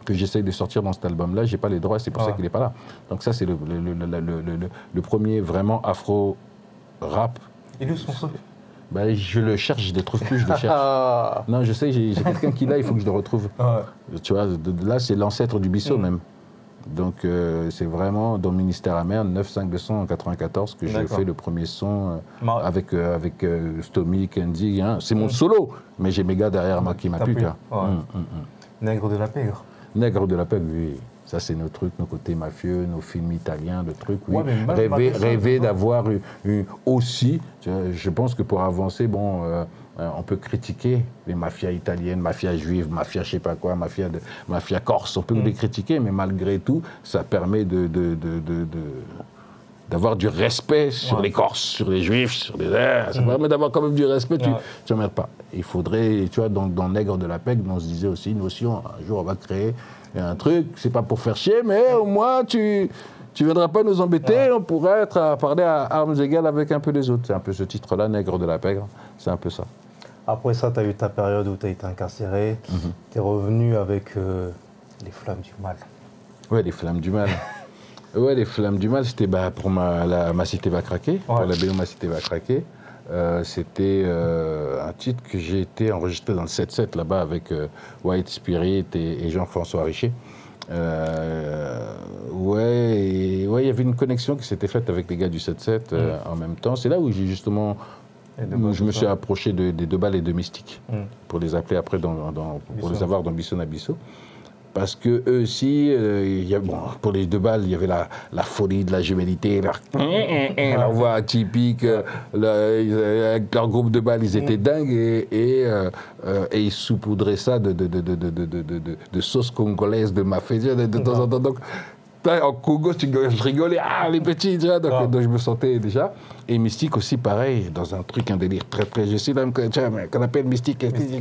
que j'essaye de sortir dans cet album-là, j'ai pas les droits, c'est pour ça qu'il n'est pas là. Donc ça, c'est le premier vraiment afro-rap. Et d'où ce morceau? Ben, je le cherche, je ne le trouve plus, je le cherche. Non, je sais, j'ai quelqu'un qui l'a, il faut que je le retrouve. Tu vois, là, c'est l'ancêtre du Bisso même. Donc, c'est vraiment dans le Ministère Amer, 95200 en 94, que j'ai fait le premier son avec Stomy, Kenzie. Hein. C'est mon solo, mais j'ai mes gars derrière moi qui m'appuient. Nègre de la Pègre. Nègre de la Pègre, oui. Ça, c'est nos trucs, nos côtés mafieux, nos films italiens, le truc. Oui. Ouais, rêver d'avoir aussi, je pense que pour avancer, bon, on peut critiquer les mafias italiennes, mafias juives, mafias je sais pas quoi, mafia corse, on peut les critiquer, mais malgré tout, ça permet d'avoir du respect sur les Corses, sur les Juifs, sur les... Ça permet d'avoir quand même du respect, tu n'emmerdes pas. Il faudrait, tu vois, dans Nègre de la Pègre, on se disait aussi, nous aussi, un jour, on va créer un truc, c'est pas pour faire chier, mais au moins, tu viendras pas nous embêter, on pourrait être à parler à armes égales avec un peu les autres. C'est un peu ce titre-là, Nègre de la Pègre, c'est un peu ça. Après ça, tu as eu ta période où tu as été incarcéré, tu es revenu avec les Flammes du Mal. Ouais, les Flammes du Mal. Ouais, les Flammes du Mal, c'était pour Ma Cité va craquer, pour la BO Ma Cité va craquer. C'était un titre que j'ai été enregistré dans le 7-7 là-bas avec White Spirit et Jean-François Richer. Il y avait une connexion qui s'était faite avec les gars du 7-7 en même temps. C'est là où j'ai justement... je me suis approché des Deux Balles et de Mystique pour les appeler après, pour les avoir dans Bisson à Bisso. Parce que eux aussi, pour les Deux Balles, il y avait la folie de la jumellité, leur voix typique, avec leur groupe de balles, ils étaient dingues et ils saupoudraient ça de sauce congolaise, de mafia de temps en temps. Donc, en Congo, je rigolais, les petits, déjà, donc je me sentais déjà. Et Mystique aussi, pareil, dans un truc, un délire très, très... Je sais même qu'on appelle Mystique.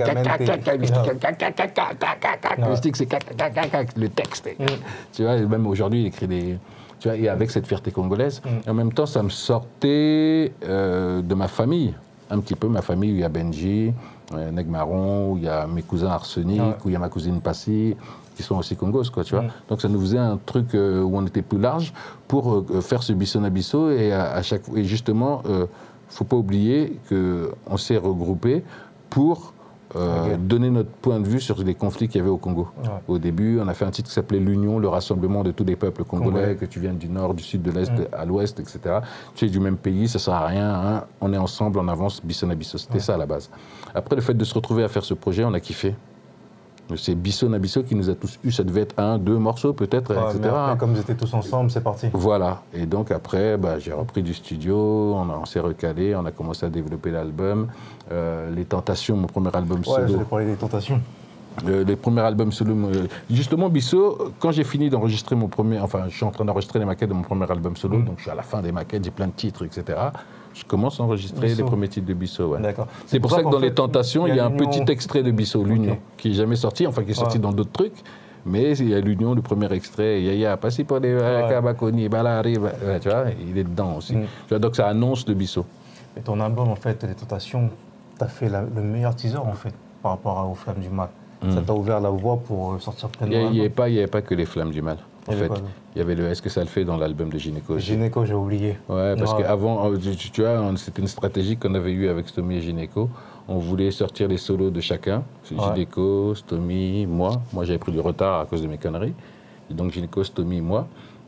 Mystique, c'est le texte. Tu vois, même aujourd'hui, il écrit des... Tu vois, et avec cette fierté congolaise. Et en même temps, ça me sortait de ma famille, un petit peu, ma famille, où il y a Benji, Neg Marron, où il y a mes cousins Arsenic, où il y a ma cousine Passy, qui sont aussi congos, quoi, tu vois. Donc ça nous faisait un truc où on était plus large pour faire ce Bisson à Bisso et et justement, faut pas oublier qu'on s'est regroupés pour donner notre point de vue sur les conflits qu'il y avait au Congo. Au début, on a fait un titre qui s'appelait l'Union, le rassemblement de tous les peuples congolais, que tu viennes du nord, du sud, de l'est, à l'ouest, etc. Tu es du même pays, ça sert à rien, hein. On est ensemble, on avance, Bisson à Bisso. C'était ça à la base. Après, le fait de se retrouver à faire ce projet, on a kiffé. C'est Bisson à Bisso qui nous a tous eu, ça devait être 1, 2 morceaux peut-être, etc. Mais après, comme vous étiez tous ensemble, c'est parti. Voilà, et donc après, j'ai repris du studio, on s'est recalé, on a commencé à développer l'album. Les Tentations, mon premier album solo. Ouais, je vais parler des Tentations. Les premiers albums solo. Justement, Bisso, quand j'ai fini d'enregistrer je suis en train d'enregistrer les maquettes de mon premier album solo, donc je suis à la fin des maquettes, j'ai plein de titres, etc. Je commence à enregistrer les premiers titres de Bisso. Ouais. D'accord. C'est pour ça que dans Les Tentations, il y a un petit extrait de Bisso, l'Union, qui n'est jamais sorti, qui est sorti dans d'autres trucs. Mais il y a l'Union, le premier extrait, Yaya, passi pour les Kabakoni, Balari, tu vois, il est dedans aussi. Tu vois, donc ça annonce de Bisso. Et ton album, en fait, Les Tentations, tu as fait le meilleur teaser, en fait, par rapport aux Flammes du Mal. Ça t'a ouvert la voie pour sortir plein de Il n'y avait pas que les Flammes du Mal. En fait, il y avait le Est-ce que ça le fait dans l'album de Gynéco. Gynéco, j'ai oublié. Ouais, parce qu'avant, tu vois, c'était une stratégie qu'on avait eue avec Stomy et Gynéco. On voulait sortir les solos de chacun. Gynéco, Stomy, moi. Moi, j'avais pris du retard à cause de mes conneries. Et donc, Gynéco, Stomy, moi.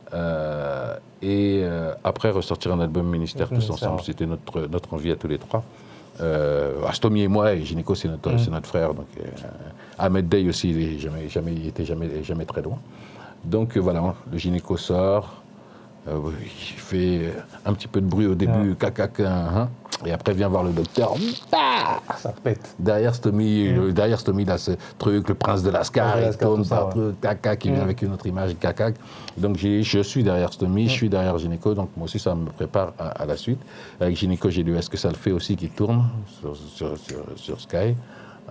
Après, ressortir un album Ministère tous ensemble. C'était notre envie à tous les trois. Stomy et moi, et Gynéco, c'est notre frère. Donc, Ahmed Dey aussi, il était jamais très loin. Donc voilà, le Gynéco sort, il fait un petit peu de bruit au début, et après vient voir le docteur. Ça pète. Derrière Stomy, il a ce truc, le prince de Lascar, il tourne par truc, qui vient avec une autre image, Donc je suis derrière Stomy, je suis derrière Gynéco, donc moi aussi ça me prépare à la suite. Avec Gynéco, j'ai lu Est-ce que ça le fait aussi qui tourne sur Sky.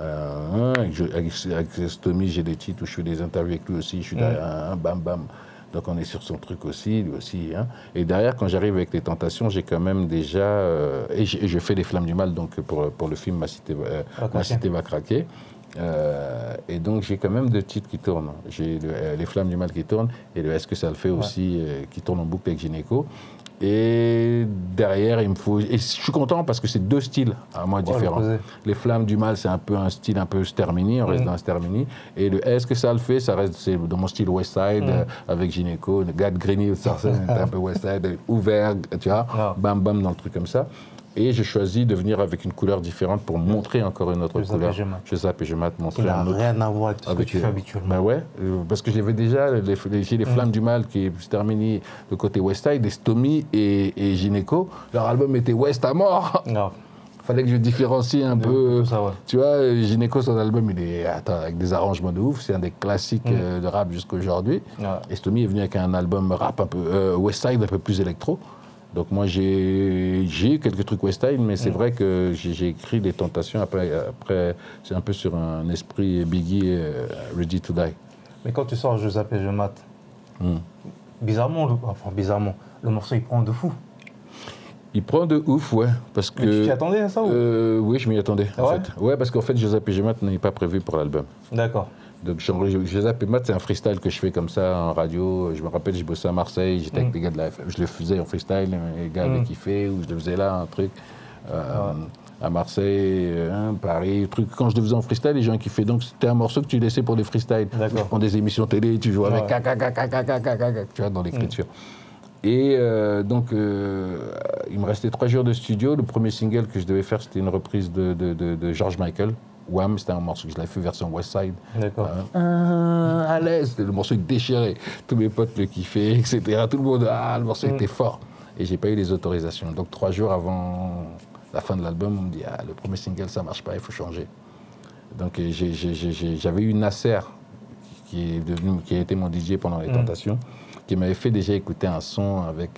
Avec Stomy, j'ai des titres où je fais des interviews avec lui aussi, je suis derrière bam bam. Donc on est sur son truc aussi, lui aussi. Hein. Et derrière, quand j'arrive avec les Tentations, j'ai quand même déjà... et je fais les Flammes du Mal donc pour le film Ma Cité va craquer. Et donc j'ai quand même 2 titres qui tournent. J'ai les Flammes du Mal qui tournent et le Est-ce que ça le fait aussi qui tourne en boucle avec Gynéco. Et derrière, il me faut... Et je suis content parce que c'est 2 styles à moi différents. Les Flammes du Mal, c'est un peu un style un peu Stermini, on reste dans Stermini. Et le Est-ce que ça le fait, ça reste dans mon style West Side, avec Gynéco, le gars de Grigny, ça c'est un peu West Side, ouvert, tu vois, bam bam dans le truc comme ça. Et j'ai choisi de venir avec une couleur différente pour montrer encore une autre couleur. Je zappe et je mate, montrer un autre. Ça n'a rien à voir avec ce que tu fais habituellement. Ben ouais, parce que j'avais déjà j'ai les Flammes du Mal qui se terminent le côté West Side, et Stomy et Gynéco. Leur album était West à mort. Non. Fallait que je différencie un peu. Ça, tu vois, Gynéco, son album, il est avec des arrangements de ouf. C'est un des classiques de rap jusqu'à aujourd'hui. Et Stomy est venu avec un album rap un peu West Side, un peu plus électro. Donc moi, j'ai eu quelques trucs West Side, mais c'est vrai que j'ai écrit Les Tentations. Après c'est un peu sur un esprit Biggie, Ready to Die. Mais quand tu sors Je zappe et je mate, bizarrement, le morceau, il prend de fou. Il prend de ouf, ouais. Parce que, mais tu t'y attendais à ça ou oui, je m'y attendais, en fait. Ouais, parce qu'en fait, Je zappe et je mate n'est pas prévu pour l'album. D'accord. Donc, Je zappe et mate, c'est un freestyle que je fais comme ça en radio. Je me rappelle, je bossais à Marseille, j'étais avec les gars de la FM. Je le faisais en freestyle, les gars avaient kiffé, ou je le faisais là, un truc. À Marseille, Paris, truc. Quand je le faisais en freestyle, les gens kiffaient. Donc, c'était un morceau que tu laissais pour des freestyles. Tu prends des émissions télé, tu joues avec tu vois, dans l'écriture. Et donc, il me restait 3 jours de studio. Le premier single que je devais faire, c'était une reprise de George Michael. Wham, c'était un morceau que je l'avais fait version West Side. D'accord. À l'aise, le morceau est déchiré. Tous mes potes le kiffaient, etc. Tout le monde, le morceau était fort. Et j'ai pas eu les autorisations. Donc 3 jours avant la fin de l'album, on me dit, le premier single, ça marche pas, il faut changer. Donc j'avais eu Nasser, qui a été mon DJ pendant les Tentations, qui m'avait fait déjà écouter un son avec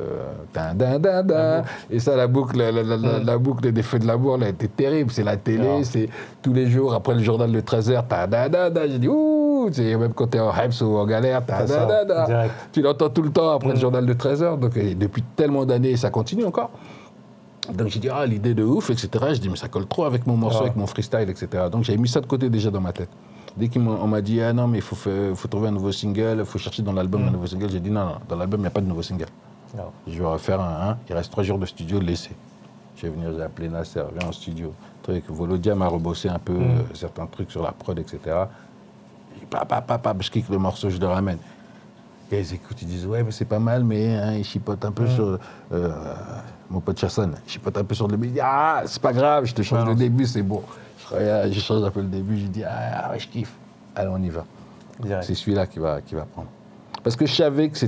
et ça, la boucle des Feux de l'amour, elle était terrible. C'est la télé, c'est tous les jours après le journal de 13h, j'ai dit ouh, même quand t'es en hype ou en galère, tu l'entends tout le temps après le journal de 13h. Donc depuis tellement d'années, ça continue encore. Donc j'ai dit l'idée de ouf, etc. Je dis mais ça colle trop avec mon morceau, avec mon freestyle, etc. Donc j'avais mis ça de côté déjà dans ma tête. Dès qu'on m'a dit non mais il faut trouver un nouveau single, il faut chercher dans l'album un nouveau single, j'ai dit non, dans l'album il n'y a pas de nouveau single. Je vais refaire il reste 3 jours de studio, laissez. Je vais venir, j'ai appelé Nasser, viens en studio. Volodia m'a rebossé un peu certains trucs sur la prod, etc. Je dis je kick le morceau, je le ramène. Et ils écoutent, ils disent ouais mais c'est pas mal, mais ils chipotent un peu sur mon pote Chasson, il chipote un peu sur le début, il dit c'est pas grave, je te change le début, c'est bon. Je change un peu le début, je dis ouais, je kiffe. Allez, on y va. Direct. C'est celui-là qui va prendre. Parce que je savais que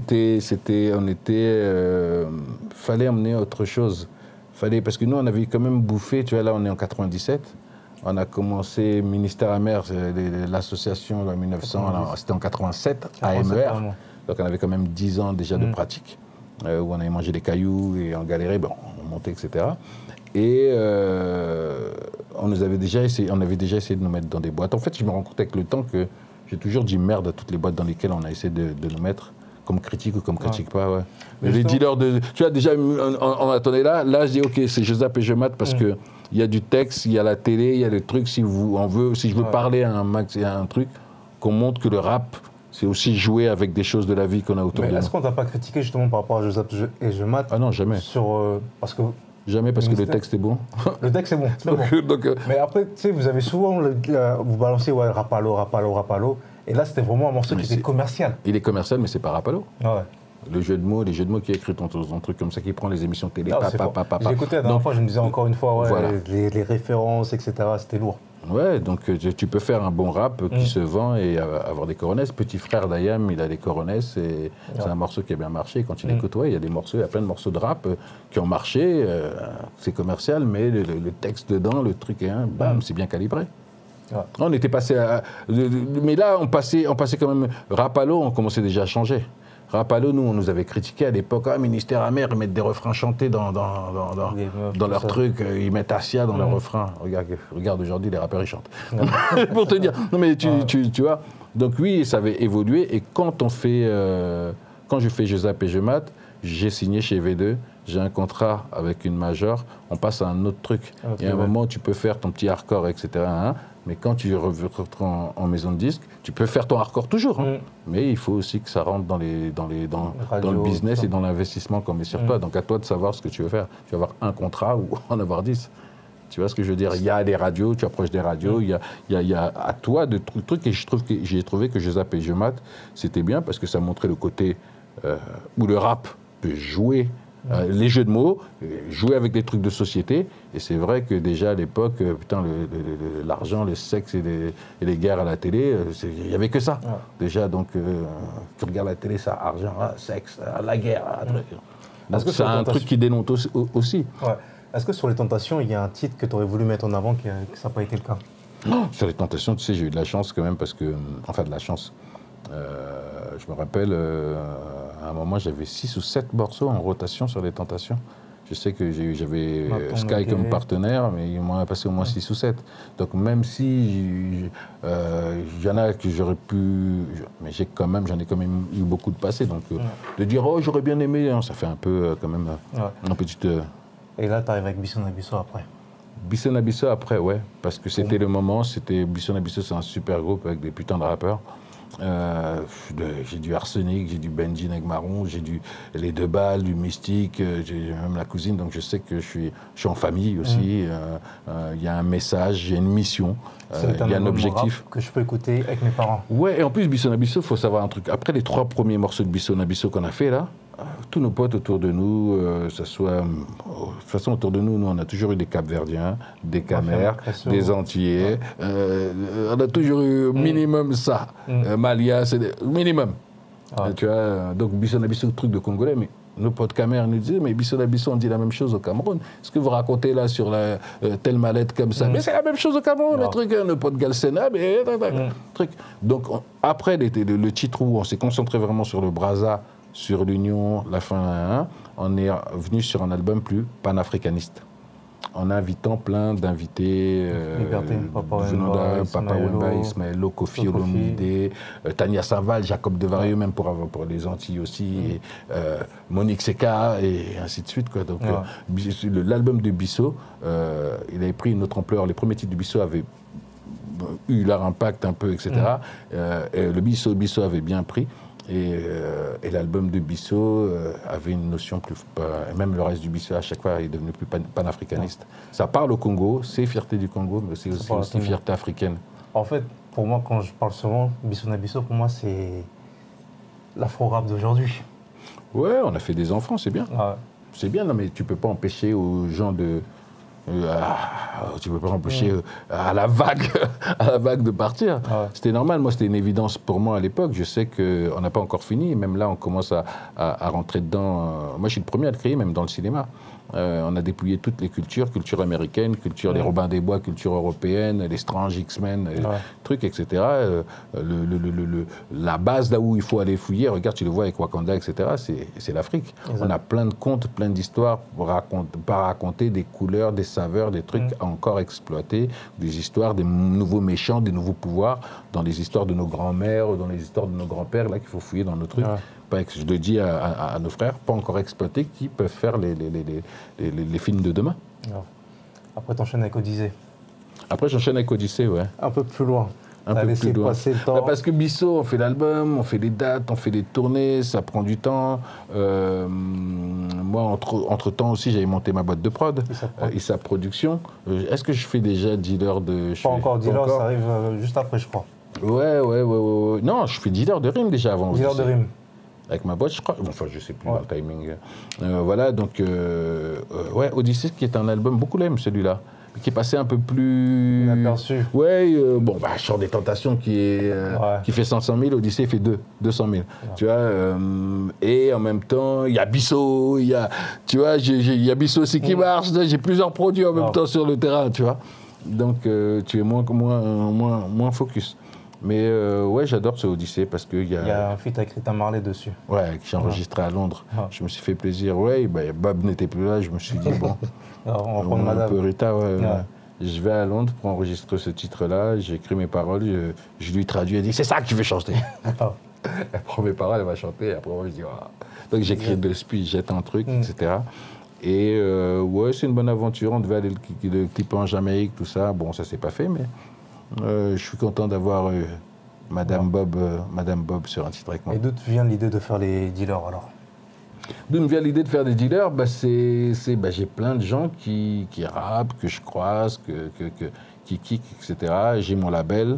fallait emmener autre chose. Parce que nous, on avait quand même bouffé, tu vois, là, on est en 97. On a commencé Ministère Amer, l'association en 1900, c'était en 87, AMER. Donc on avait quand même 10 ans déjà de pratique, où on avait mangé des cailloux et on galérait, on montait, etc. Et on avait déjà essayé de nous mettre dans des boîtes. En fait, je me rends compte avec le temps que j'ai toujours dit merde à toutes les boîtes dans lesquelles on a essayé de nous mettre, comme critique ou comme critique pas. Ouais. Mais les dealers tu vois, déjà, on attendait là, je dis ok, c'est je zappe et je mate parce que il y a du texte, il y a la télé, il y a le truc. Si je veux parler à un truc, qu'on montre que le rap, c'est aussi jouer avec des choses de la vie qu'on a autour de nous. Est-ce qu'on t'a pas critiqué justement par rapport à Je zappe et je mate? Ah non, jamais. Parce que jamais parce que le texte est bon. Le texte est bon, c'est bon. Donc, mais après, tu sais, vous avez souvent, vous balancez Rapalo. Et là, c'était vraiment un morceau qui était commercial. Il est commercial, mais c'est pas Rapalo. Ouais. Les jeux de mots qui écrit ton truc comme ça, qui prend les émissions télé, J'ai écouté la dernière fois, je me disais encore une fois, voilà. les références, etc., c'était lourd. Ouais, donc tu peux faire un bon rap qui se vend et avoir des coronesses. Petit frère d'Ayam, il a des coronesses et c'est un morceau qui a bien marché. Quand tu l'écoutes, il y a plein de morceaux de rap qui ont marché. C'est commercial, mais le texte dedans, le truc est c'est bien calibré. Ouais. On était passé mais là, on passait quand même. Rapalo, on commençait déjà à changer. Rapalo, nous, on nous avait critiqué à l'époque. Ah, Ministère Amer, ils mettent des refrains chantés dans leurs trucs. Ils mettent Asia dans leurs refrains. Regarde aujourd'hui, les rappeurs, ils chantent. Pour te dire. Non, mais tu vois. Donc oui, ça avait évolué. Et quand je fais Je zappe et je mate, j'ai signé chez V2. J'ai un contrat avec une major. On passe à un autre truc. Et à un moment, tu peux faire ton petit hardcore, etc. Hein, mais quand tu rentres en maison de disque, tu peux faire ton hardcore toujours. Hein. Mais il faut aussi que ça rentre dans le business et dans l'investissement qu'on met sur toi. Donc à toi de savoir ce que tu veux faire. Tu vas avoir un contrat ou en avoir 10. Tu vois ce que je veux dire? Il y a des radios, tu approches des radios, il y a à toi de trucs. Et j'ai trouvé que Je zappe et je mate, c'était bien parce que ça montrait le côté où le rap peut jouer. Les jeux de mots, jouer avec des trucs de société. Et c'est vrai que déjà à l'époque, l'argent, le sexe et les guerres à la télé, il n'y avait que ça. Ouais. Déjà, donc, tu regardes la télé, ça, argent, sexe, la guerre. Donc c'est un truc qui dénonce aussi. Ouais. Est-ce que sur les tentations, il y a un titre que tu aurais voulu mettre en avant que ça n'a pas été le cas? Non, sur les tentations, tu sais, j'ai eu de la chance quand même parce que... Enfin, de la chance. Je me rappelle, à un moment, j'avais 6 ou 7 morceaux en rotation sur les tentations. Je sais que j'avais Sky comme partenaire, mais il m'en a passé au moins 6 ou 7. Donc même si il y en a que j'aurais pu... Mais j'en ai quand même eu beaucoup de passés. Donc de dire, oh, j'aurais bien aimé, hein, ça fait un peu quand même une petite... Et là, tu arrives avec Bisson Abisso après? Bisson Abisso après, ouais. Parce que c'était le moment, Bisson Abisso, c'est un super groupe avec des putains de rappeurs. J'ai du Arsenic, j'ai du Benji Negmaron, j'ai les Deux Balles, du Mystique, j'ai même la cousine, donc je sais que je suis en famille aussi. Il y a un message, j'ai une mission, il y a un objectif. Que je peux écouter avec mes parents. Ouais, et en plus, Bisson Abisso, il faut savoir un truc. Après les 3 premiers morceaux de Bisson Abisso qu'on a fait là, tous nos potes autour de nous, de toute façon autour de nous, on a toujours eu des Capverdiens, des Camers, des Antillais. On a toujours eu minimum ça. Malia, c'est minimum. Tu vois, donc Bisson Abisso, truc de Congolais, mais nos potes Camers nous disaient, mais Bisson Abisso, on dit la même chose au Cameroun. Ce que vous racontez là sur telle mallette comme ça, mais c'est la même chose au Cameroun, le truc, nos potes Galsena, mais truc. Donc après le titre où on s'est concentré vraiment sur le Brazza, sur l'Union, la fin, on est venu sur un album plus panafricaniste. En invitant plein d'invités, Papa Wemba, Ismaëlo, Kofi Olomide, Tania Saval, Jacob Devarieux, même pour les Antilles aussi, et, Monique Seka, et ainsi de suite. Quoi. Donc l'album de Bisso, il avait pris une autre ampleur. Les premiers titres de Bisso avaient eu leur impact un peu, etc. Et le Bisso avait bien pris. Et l'album de Bisso avait une notion plus... même le reste du Bisso, à chaque fois, est devenu plus panafricaniste. Ça parle au Congo, c'est fierté du Congo, mais c'est aussi fierté africaine. En fait, pour moi, quand je parle souvent, Bisson Abisso, pour moi, c'est l'afro-rap d'aujourd'hui. Ouais, on a fait des enfants, c'est bien. Ouais. C'est bien, non, mais tu ne peux pas empêcher aux gens de... tu ne peux pas empêcher à la vague de partir. Ouais. C'était normal, moi c'était une évidence pour moi à l'époque. Je sais qu'on n'a pas encore fini, même là on commence à rentrer dedans. Moi je suis le premier à le créer, même dans le cinéma. On a dépouillé toutes les cultures américaines, les Robin des Bois, culture européenne, les Strange, X-Men, trucs, etc. La base là où il faut aller fouiller, regarde, tu le vois avec Wakanda, etc., c'est l'Afrique. On a plein de contes, plein d'histoires pas raconter, des couleurs, des saveurs, des trucs à encore exploiter, des histoires, des nouveaux méchants, des nouveaux pouvoirs, dans les histoires de nos grands-mères, dans les histoires de nos grands-pères, là qu'il faut fouiller dans nos trucs. Je le dis à nos frères, pas encore exploités, qui peuvent faire les films de demain. Après, t'enchaînes avec Odyssée. Après, j'enchaîne avec Odyssée, ouais. Un peu plus loin. Un peu plus loin. Passer le temps. Parce que Bisso, on fait l'album, on fait les dates, on fait les tournées, ça prend du temps. Moi, entre-temps aussi, j'avais monté ma boîte de prod, Issa Production. Est-ce que je fais déjà dealer de... Pas encore dealer, ça arrive juste après, je crois. Ouais. Non, je fais dealer de rime déjà avant. Dealer de rime. Avec ma boîte, je crois. Enfin, je sais plus le timing. Voilà, donc, Odyssée, qui est un album, beaucoup l'aiment celui-là, qui est passé un peu plus... Inaperçu. Ouais, Chant des Tentations qui fait 500 000, Odyssée fait 200 000. Tu vois, et en même temps, il y a Bisso, il y a Bisso aussi qui marche, j'ai plusieurs produits en même temps sur le terrain, tu vois. Donc, tu es moins focus. Mais ouais, j'adore ce Odyssée parce qu'il y a... Il y a un feat avec Rita Marley dessus. Ouais, que j'ai enregistré à Londres. Ah. Je me suis fait plaisir. Ouais, Bob n'était plus là. Je me suis dit, bon, Alors, on va prendre un Madame. peu Rita, ouais. Ouais. Je vais à Londres pour enregistrer ce titre-là. J'ai écrit mes paroles. Je lui traduis. Elle dit, c'est ça que tu veux chanter. Ah. Elle prend mes paroles, elle va chanter. Et après, moi, je dis, ah. Donc j'écris dessus, je jette un truc, etc. Et ouais, c'est une bonne aventure. On devait aller le clipper en Jamaïque, tout ça. Bon, ça s'est pas fait, mais je suis content d'avoir Madame Bob sur un titre avec moi. Et d'où te vient l'idée de faire les dealers alors? D'où me vient l'idée de faire des dealers? J'ai plein de gens qui rappent, que je croise, qui kick, etc. J'ai mon label.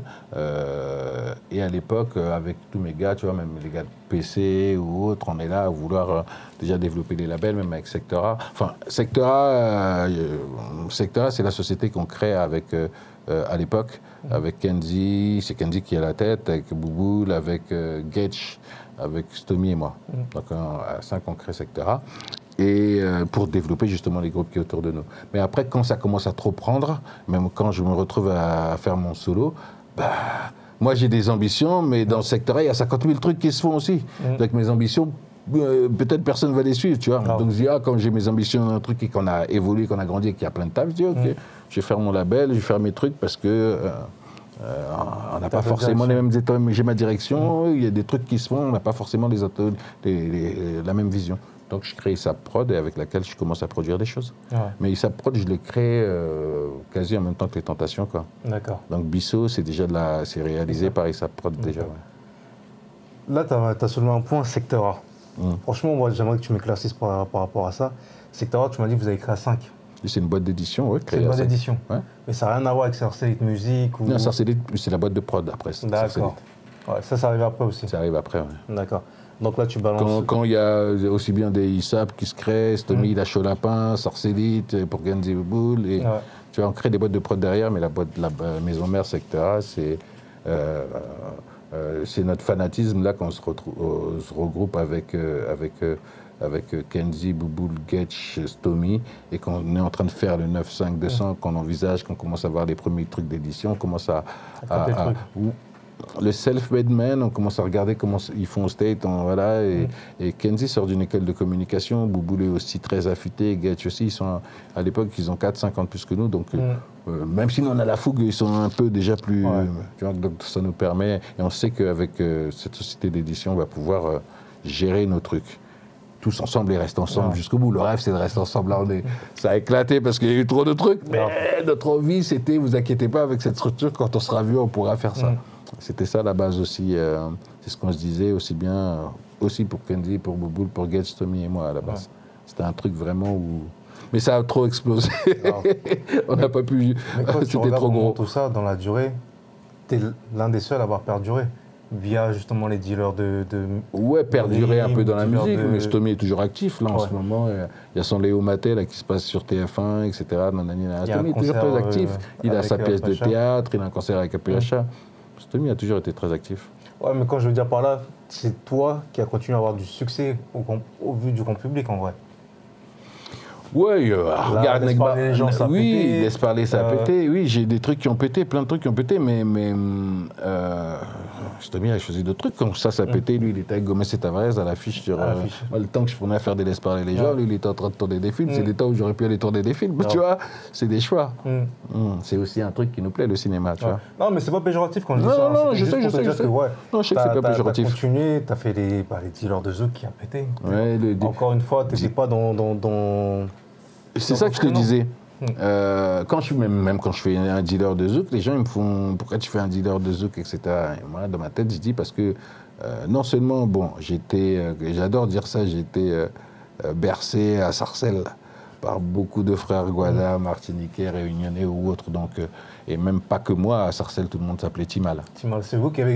Et à l'époque, avec tous mes gars, tu vois, même les gars de PC ou autres, on est là à vouloir déjà développer des labels, même avec Sectora. Enfin, Sectora, c'est la société qu'on crée avec, à l'époque, avec Kenzie, c'est Kenzie qui est à la tête, avec Bouboule, avec Getch, avec Stomy et moi. Donc à 5, on crée Sectora. Et pour développer justement les groupes qui sont autour de nous. Mais après, quand ça commence à trop prendre, même quand je me retrouve à faire mon solo, moi j'ai des ambitions, mais dans le secteur, il y a 50 000 trucs qui se font aussi. Donc mes ambitions, peut-être personne ne va les suivre, tu vois. Donc je dis, comme j'ai mes ambitions dans un truc et qu'on a évolué, qu'on a grandi et qu'il y a plein de taf, je dis, ok, je vais faire mon label, je vais faire mes trucs parce que... on n'a pas forcément les mêmes états, j'ai ma direction, il y a des trucs qui se font, on n'a pas forcément la même vision. Donc je crée ISAP Prod et avec laquelle je commence à produire des choses. Ouais. Mais ISAP Prod, je l'ai créé quasi en même temps que Les Tentations, quoi. D'accord. Donc Bissot, c'est déjà c'est réalisé par ISAP Prod déjà. Ouais. Là, tu as soulevé un point, Sectora. Franchement, moi, j'aimerais que tu m'éclaircisses par rapport à ça. Sectora, tu m'as dit que vous avez créé à 5. C'est une boîte d'édition, oui. C'est une boîte d'édition. Ouais. Mais ça n'a rien à voir avec Sarcellite Musique ou... Non, Sarcellite, c'est la boîte de prod après. D'accord. Ouais, ça arrive après aussi. Ça arrive après, oui. D'accord. Donc là, tu balances... Quand il y a aussi bien des ISAP qui se créent, Stomy, La Chaud Lapin, Sarcellite, pour Genzi Boule, et tu vois, on crée des boîtes de prod derrière, mais la maison mère Sectora, c'est notre fanatisme là qu'on se regroupe avec Kenzie, Bouboule, Getch, Stomy, et qu'on est en train de faire le 9-5-200, qu'on envisage, qu'on commence à voir les premiers trucs d'édition, on commence le self-made man, on commence à regarder comment ils font au state, voilà, et Kenzie sort d'une école de communication, Bouboule est aussi très affûté, Getch aussi, à l'époque, ils ont 4-5 ans de plus que nous, donc même si nous on a la fougue, ils sont un peu déjà plus, tu vois, donc ça nous permet, et on sait qu'avec cette société d'édition, on va pouvoir gérer nos trucs. Tous ensemble et rester ensemble jusqu'au bout. Le rêve, c'est de rester ensemble. Là, ça a éclaté parce qu'il y a eu trop de trucs. Mais notre envie, c'était, vous inquiétez pas, avec cette structure, quand on sera vieux, on pourra faire ça. C'était ça la base aussi. C'est ce qu'on se disait aussi bien, aussi pour Kenzie, pour Bouboule, pour Getch, Tommy et moi à la base. C'était un truc vraiment où... Mais ça a trop explosé. On n'a pas pu... C'était trop gros. Tout ça, dans la durée, tu es l'un des seuls à avoir perduré. Via justement les dealers de ouais, perdurer un peu dans la musique, mais Stomy est toujours actif là en ce moment. Il y a son Léo Maté là, qui se passe sur TF1, etc. Stomy est toujours très actif. Il a sa pièce de théâtre, il a un concert avec APHA. Stomy a toujours été très actif. Ouais, mais quand je veux dire par là, c'est toi qui as continué à avoir du succès au vu du grand public en vrai. Oui, regarde, laisse parler les gens, ça a pété. Laisse parler, ça a pété. Oui, j'ai des trucs qui ont pété, plein de trucs qui ont pété, mais Stomy a choisi d'autres trucs. Quand ça a pété, lui, il était avec Gomez et Tavares à l'affiche sur... le temps que je prenais à faire des laisse parler les gens, lui, il était en train de tourner des films. C'est des temps où j'aurais pu aller tourner des films, tu vois. C'est des choix. C'est aussi un truc qui nous plaît, le cinéma, tu vois. Non, mais c'est pas péjoratif quand je dis ça. Non, je sais. Non, je sais que c'est pas péjoratif. Tu as continué, tu as fait les dealers de Zouk qui a pété. Encore une fois, tu n'étais pas dans... C'est ça que je te disais. Quand je fais un dealer de Zouk, les gens ils me font pourquoi tu fais un dealer de Zouk, etc. Et moi, dans ma tête, je dis parce que non seulement, j'adore dire ça, j'ai été bercé à Sarcelles par beaucoup de frères Guada, Martiniquais, Réunionnais ou autres. Donc, et même pas que moi, à Sarcelles, tout le monde s'appelait Timal. Timal, c'est vous qui avez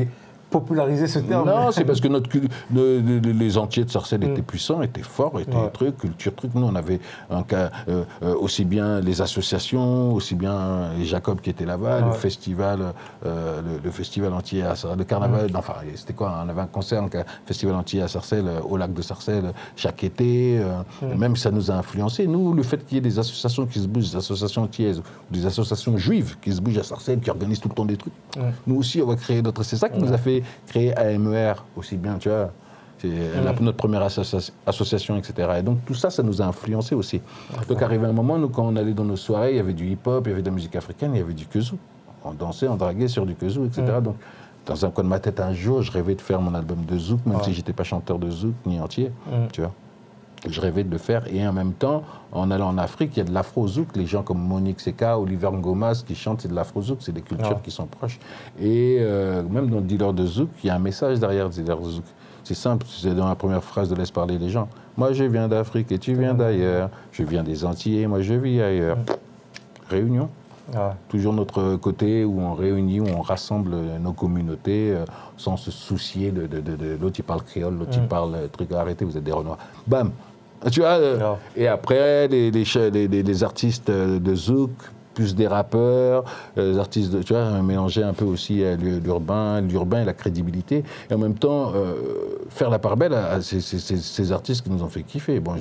populariser ce terme. Non, c'est parce que les entiers de Sarcelles étaient puissants, étaient forts, étaient culture, truc. Nous, on avait un cas, aussi bien les associations, aussi bien les Jacob qui étaient là-bas, le festival entier, le carnaval, enfin, c'était quoi? On avait un concert, un festival entier à Sarcelles, au lac de Sarcelles, chaque été. Même ça nous a influencé. Nous, le fait qu'il y ait des associations qui se bougent, des associations antillaises, des associations juives qui se bougent à Sarcelles, qui organisent tout le temps des trucs. Nous aussi, on va créer notre. C'est ça qui nous a fait créer AMER aussi bien, tu vois. C'est notre première association, etc. Et donc tout ça, ça nous a influencé aussi. Donc arrivé un moment, nous, quand on allait dans nos soirées, il y avait du hip-hop, il y avait de la musique africaine, il y avait du kazoo. On dansait, on draguait sur du kazoo, etc. Donc dans un coin de ma tête, un jour, je rêvais de faire mon album de zouk, même si j'étais pas chanteur de zouk ni entier, tu vois. Je rêvais de le faire, et en même temps, en allant en Afrique, il y a de l'afro-zouk, les gens comme Monique Seka, Oliver Ngomas qui chantent, c'est de l'afro-zouk, c'est des cultures qui sont proches. Et même dans le dealer de zouk, il y a un message derrière le dealer de zouk. C'est simple, c'est dans la première phrase de Laisse parler les gens. Moi je viens d'Afrique et tu viens d'ailleurs, je viens des Antilles et moi je vis ailleurs. Réunion. Toujours notre côté où on réunit, où on rassemble nos communautés sans se soucier de l'autre il parle créole, l'autre il parle truc, arrêtez, vous êtes des Renois. Bam. Tu vois, et après, les artistes de zouk, plus des rappeurs, les artistes, tu vois, mélanger un peu aussi l'urbain et la crédibilité, et en même temps, faire la part belle à ces artistes qui nous ont fait kiffer. Bon,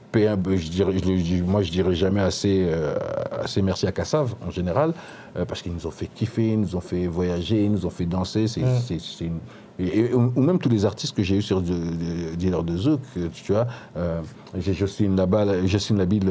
moi, je dirais jamais assez merci à Kassav, en général, parce qu'ils nous ont fait kiffer, ils nous ont fait voyager, ils nous ont fait danser, ou même tous les artistes que j'ai eu sur Dealer de Zouk, tu vois, j'ai Jocelyne Labille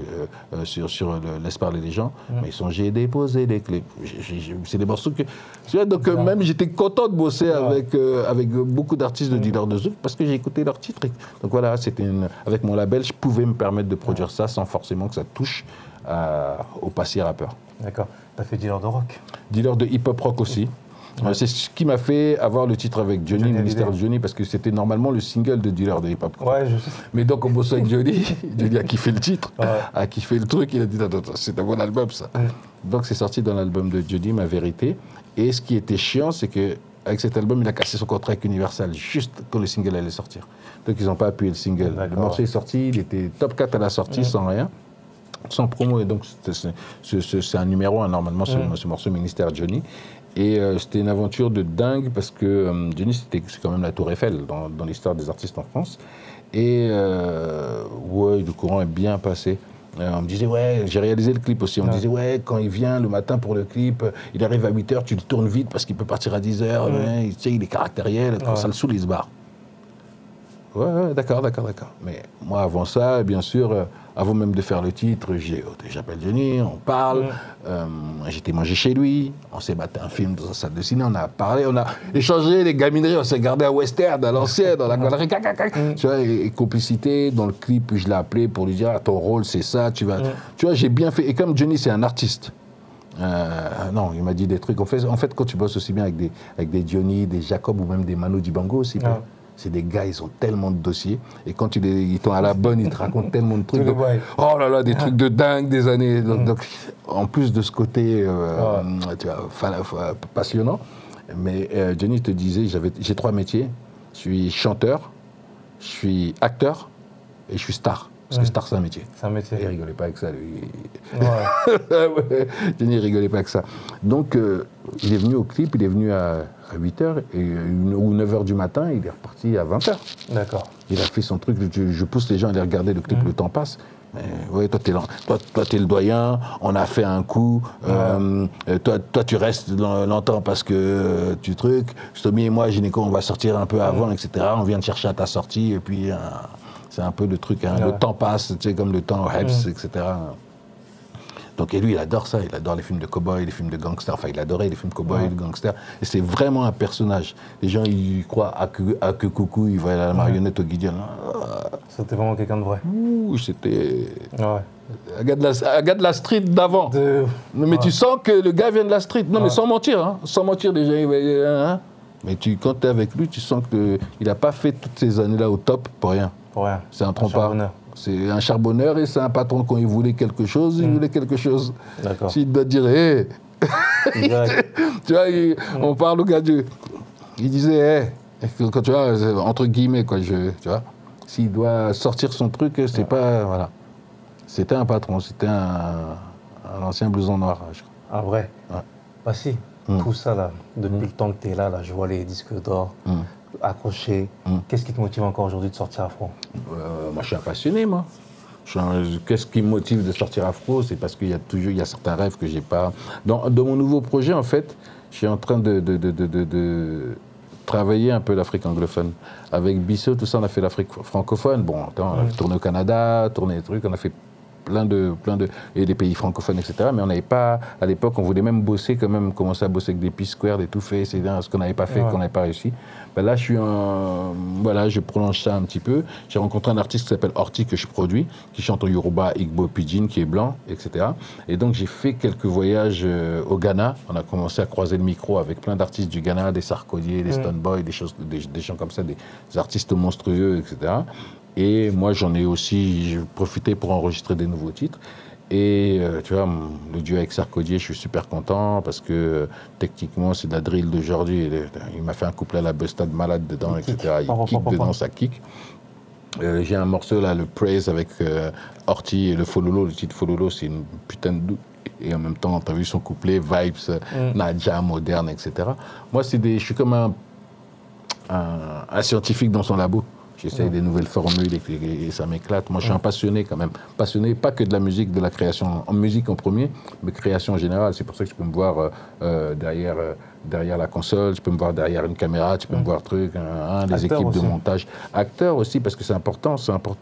sur Laisse parler les gens, mais j'ai déposé les clés. C'est des morceaux que... Tu vois, donc même j'étais content de bosser avec beaucoup d'artistes de Dealer de Zouk parce que j'ai écouté leurs titres. Donc voilà, avec mon label, je pouvais me permettre de produire ça sans forcément que ça touche au passé rappeur. D'accord. T'as fait Dealer de rock? Dealer de hip-hop rock aussi. C'est ce qui m'a fait avoir le titre avec Johnny, Ministère de Johnny, parce que c'était normalement le single de Dealer de hip-hop. Ouais, je sais. Mais donc, on bossait avec Johnny, Johnny a kiffé le titre, a kiffé le truc, il a dit attends, c'est un bon album ça. Donc, c'est sorti dans l'album de Johnny, Ma Vérité. Et ce qui était chiant, c'est qu'avec cet album, il a cassé son contrat avec Universal, juste quand le single allait sortir. Donc, ils n'ont pas appuyé le single. Le morceau est sorti, il était top 4 à la sortie, sans rien. Sans promo, et donc c'est un numéro 1 normalement, ce morceau Ministère Johnny. Et c'était une aventure de dingue parce que Johnny, c'est quand même la Tour Eiffel dans l'histoire des artistes en France. Et le courant est bien passé. On me disait, j'ai réalisé le clip aussi. On me disait, quand il vient le matin pour le clip, il arrive à 8h, tu le tournes vite parce qu'il peut partir à 10h. Tu sais, il est caractériel, quand ça le saoule, il se barre. D'accord. Mais moi, avant ça, bien sûr, avant même de faire le titre, j'appelle Johnny, on parle. J'étais mangé chez lui, on s'est battu un film dans sa salle de ciné, on a parlé, on a échangé les gamineries, on s'est gardé à Western, à l'ancienne, dans la galerie, tu vois, et complicité. Dans le clip, je l'ai appelé pour lui dire, ton rôle, c'est ça, tu vois, j'ai bien fait. Et comme Johnny, c'est un artiste. Non, il m'a dit des trucs. En fait, quand tu bosses aussi bien avec des Johnny, des Jacob ou même des Manu Dibango aussi, c'est des gars, ils ont tellement de dossiers. Et quand ils t'ont à la bonne, ils te racontent tellement de trucs. Donc, oh là là, des trucs de dingue des années. Donc, en plus de ce côté tu vois, passionnant, mais Johnny te disait, j'ai 3 métiers. Je suis chanteur, je suis acteur et je suis star. Parce que star, c'est un métier. C'est un métier. Il rigolait pas avec ça, lui. Johnny, il rigolait pas avec ça. Donc, il est venu au clip, il est venu à 8h ou 9h du matin, il est reparti à 20h. D'accord. Il a fait son truc, je pousse les gens à aller regarder le clip, le temps passe. Ouais, toi, t'es le doyen, on a fait un coup, toi, tu restes longtemps parce que tu trucs. Stomy et moi, Gynéco, on va sortir un peu avant, etc. On vient te chercher à ta sortie, et puis c'est un peu le truc, le temps passe, tu sais, comme le temps au Hebs, etc. Donc, et lui, il adore ça, il adore les films de cow-boy, les films de gangsters, enfin, il adorait les films de cow-boy, de gangsters, et c'est vraiment un personnage. Les gens, ils croient à que coucou, ils voient la marionnette au Gideon. C'était vraiment quelqu'un de vrai. Ouh, c'était... Un gars de la street d'avant. Mais tu sens que le gars vient de la street. Non, mais sans mentir, déjà. Mais quand tu es avec lui, tu sens qu'il n'a pas fait toutes ces années-là au top pour rien. Pour rien. C'est un trompeur. C'est un charbonneur et c'est un patron. Quand il voulait quelque chose, il voulait quelque chose. D'accord. S'il doit dire, tu vois, on parle au gars du... Il disait, quand tu vois, entre guillemets, quoi, tu vois, s'il doit sortir son truc, c'est pas, voilà. C'était un patron, c'était un ancien blouson noir, je crois. Ah, vrai? Ouais. Bah si, tout ça là, depuis le temps que tu es là, je vois les disques d'or accrochés. Qu'est-ce qui te motive encore aujourd'hui de sortir afro? Moi, je suis un passionné, moi. Qu'est-ce qui me motive de sortir afro? C'est parce qu'il y a certains rêves que j'ai pas. Dans mon nouveau projet, en fait, je suis en train de travailler un peu l'Afrique anglophone. Avec Bissot, tout ça, on a fait l'Afrique francophone. Bon, attends, on a tourné au Canada, tourné des trucs, on a fait plein de et des pays francophones, etc. Mais on n'avait pas, à l'époque, on voulait même bosser, quand même, commencer à bosser avec des P-Square, des tout faits, c'est ce qu'on n'avait pas fait, qu'on n'avait pas réussi. Ben là, voilà, je prolonge ça un petit peu. J'ai rencontré un artiste qui s'appelle Horty, que je produis, qui chante en Yoruba, Igbo, Pidgin, qui est blanc, etc. Et donc, j'ai fait quelques voyages au Ghana. On a commencé à croiser le micro avec plein d'artistes du Ghana, des Sarkodie, des Stoneboy, des gens comme ça, des artistes monstrueux, etc. Et moi, j'ai profité pour enregistrer des nouveaux titres. Et tu vois, le duo avec Sarkodie, je suis super content parce que techniquement, c'est de la drill d'aujourd'hui. Il m'a fait un couplet à la Bustad malade dedans, etc. Il kick dedans, ça kick. J'ai un morceau là, le Praise avec Horty et le Fololo. Le titre Fololo, c'est une putain de doute. Et en même temps, tu as vu son couplet, vibes, Nadja, moderne, etc. Moi, je suis comme un scientifique dans son labo. J'essaye des nouvelles formules et ça m'éclate. Moi, je suis un passionné quand même. Passionné, pas que de la musique, de la création. En musique en premier, mais création en général. C'est pour ça que je peux me voir derrière la console, je peux me voir derrière une caméra, tu peux me voir les équipes de montage. Acteur aussi, parce que c'est important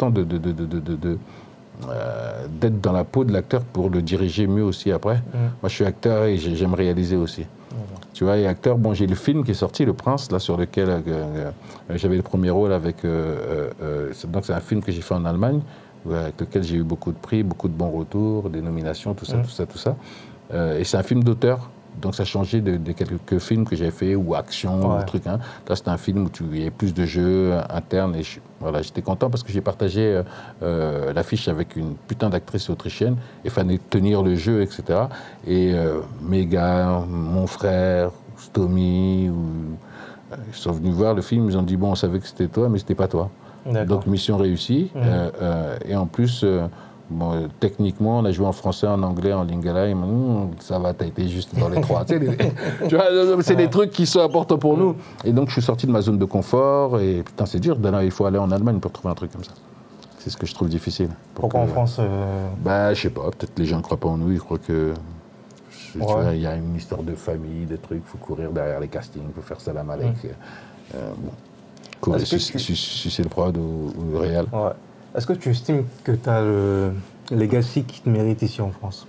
d'être dans la peau de l'acteur pour le diriger mieux aussi après. Moi, je suis acteur et j'aime réaliser aussi. Tu vois, et acteur, bon, j'ai le film qui est sorti, Le Prince, là, sur lequel j'avais le premier rôle avec... donc, c'est un film que j'ai fait en Allemagne, avec lequel j'ai eu beaucoup de prix, beaucoup de bons retours, des nominations, tout ça. Et c'est un film d'auteur. Donc, ça a changé de quelques films que j'avais fait, ou action, ou truc. Hein. Là, c'est un film où il y avait plus de jeux internes. Et voilà, j'étais content parce que j'ai partagé l'affiche avec une putain d'actrice autrichienne. Il fallait tenir le jeu, etc. Et mes gars, mon frère, Stomy, ils sont venus voir le film. Ils ont dit, bon, on savait que c'était toi, mais c'était pas toi. Donc, mission réussie. Et en plus... Bon, techniquement, on a joué en français, en anglais, en lingala. Ils m'ont dit, ça va, t'as été juste dans les trois. Tu vois, c'est des trucs qui sont importants pour nous. Et donc, je suis sorti de ma zone de confort. Et putain, c'est dur. Il faut aller en Allemagne pour trouver un truc comme ça. C'est ce que je trouve difficile. Pourquoi en France Bah, je sais pas. Peut-être les gens ne croient pas en nous. Ils croient que... Tu vois, il y a une histoire de famille, de trucs. Il faut courir derrière les castings. Il faut faire ça la malek. Courir, si c'est le prod ou le réel. Ouais. Est-ce que tu estimes que tu as le legacy qui te mérite ici en France?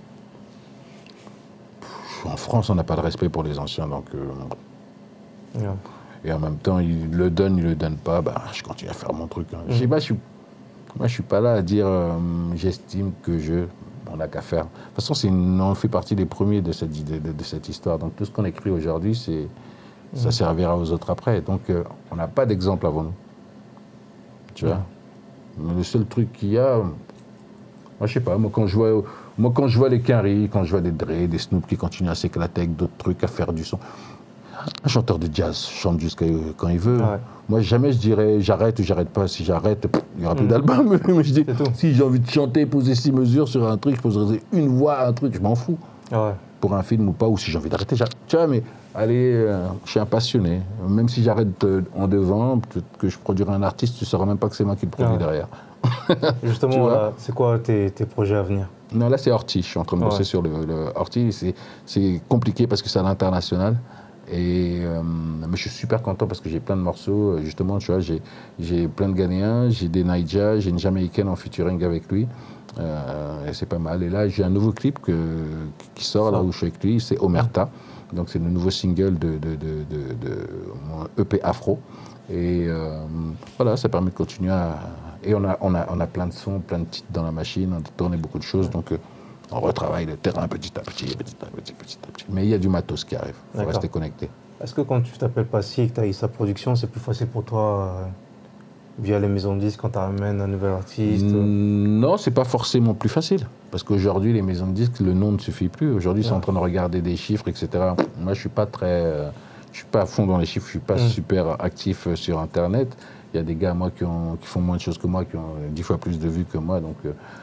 En France, on n'a pas de respect pour les anciens, donc... Et en même temps, ils le donnent pas, bah, je continue à faire mon truc. Hein. Je sais pas, moi, je suis pas là à dire j'estime que on n'a qu'à faire. De toute façon, on fait partie des premiers de cette histoire. Donc tout ce qu'on écrit aujourd'hui, ça servira aux autres après. Donc on n'a pas d'exemple avant nous. Tu vois? Le seul truc qu'il y a, moi je sais pas, moi quand je vois les Quinry, quand je vois des Dre, des Snoop qui continuent à s'éclater avec d'autres trucs, à faire du son. Un chanteur de jazz chante jusqu'à quand il veut. Ouais. Moi jamais je dirais j'arrête ou j'arrête pas. Si j'arrête, il n'y aura plus d'album. Mais je dis, si j'ai envie de chanter, poser 6 mesures sur un truc, je poserai une voix, un truc, je m'en fous. Ouais. Pour un film ou pas, ou si j'ai envie d'arrêter, j'arrête. Tu vois, mais allez, je suis un passionné. Même si j'arrête en devant, peut-être que je produirai un artiste, tu ne sauras même pas que c'est moi qui le produis derrière. Justement, c'est quoi tes projets à venir? Non, là c'est Horty. Je suis en train de bosser sur le Horty. C'est compliqué parce que c'est à l'international. Mais je suis super content parce que j'ai plein de morceaux. Justement, tu vois, j'ai plein de Ghanéens, j'ai des Naija, j'ai une Jamaïcaine en featuring avec lui. Et c'est pas mal. Et là, j'ai un nouveau clip qui sort, là où je suis avec lui, c'est Omerta. Donc c'est le nouveau single de mon EP Afro. Et voilà, ça permet de continuer à... Et on a plein de sons, plein de titres dans la machine, on a tourné beaucoup de choses, donc on retravaille le terrain petit à petit. Mais il y a du matos qui arrive, il faut rester connecté. Est-ce que quand tu t'appelles Passy et que tu as sa production, c'est plus facile pour toi via les maisons de disques quand tu amènes un nouvel artiste? Non, c'est pas forcément plus facile. Parce qu'aujourd'hui, les maisons de disques, le nom ne suffit plus. Aujourd'hui, ils sont en train de regarder des chiffres, etc. Moi, je suis pas très Je ne suis pas à fond dans les chiffres, je ne suis pas super actif sur Internet. Il y a des gars, moi, qui font moins de choses que moi, qui ont 10 fois plus de vues que moi. Donc,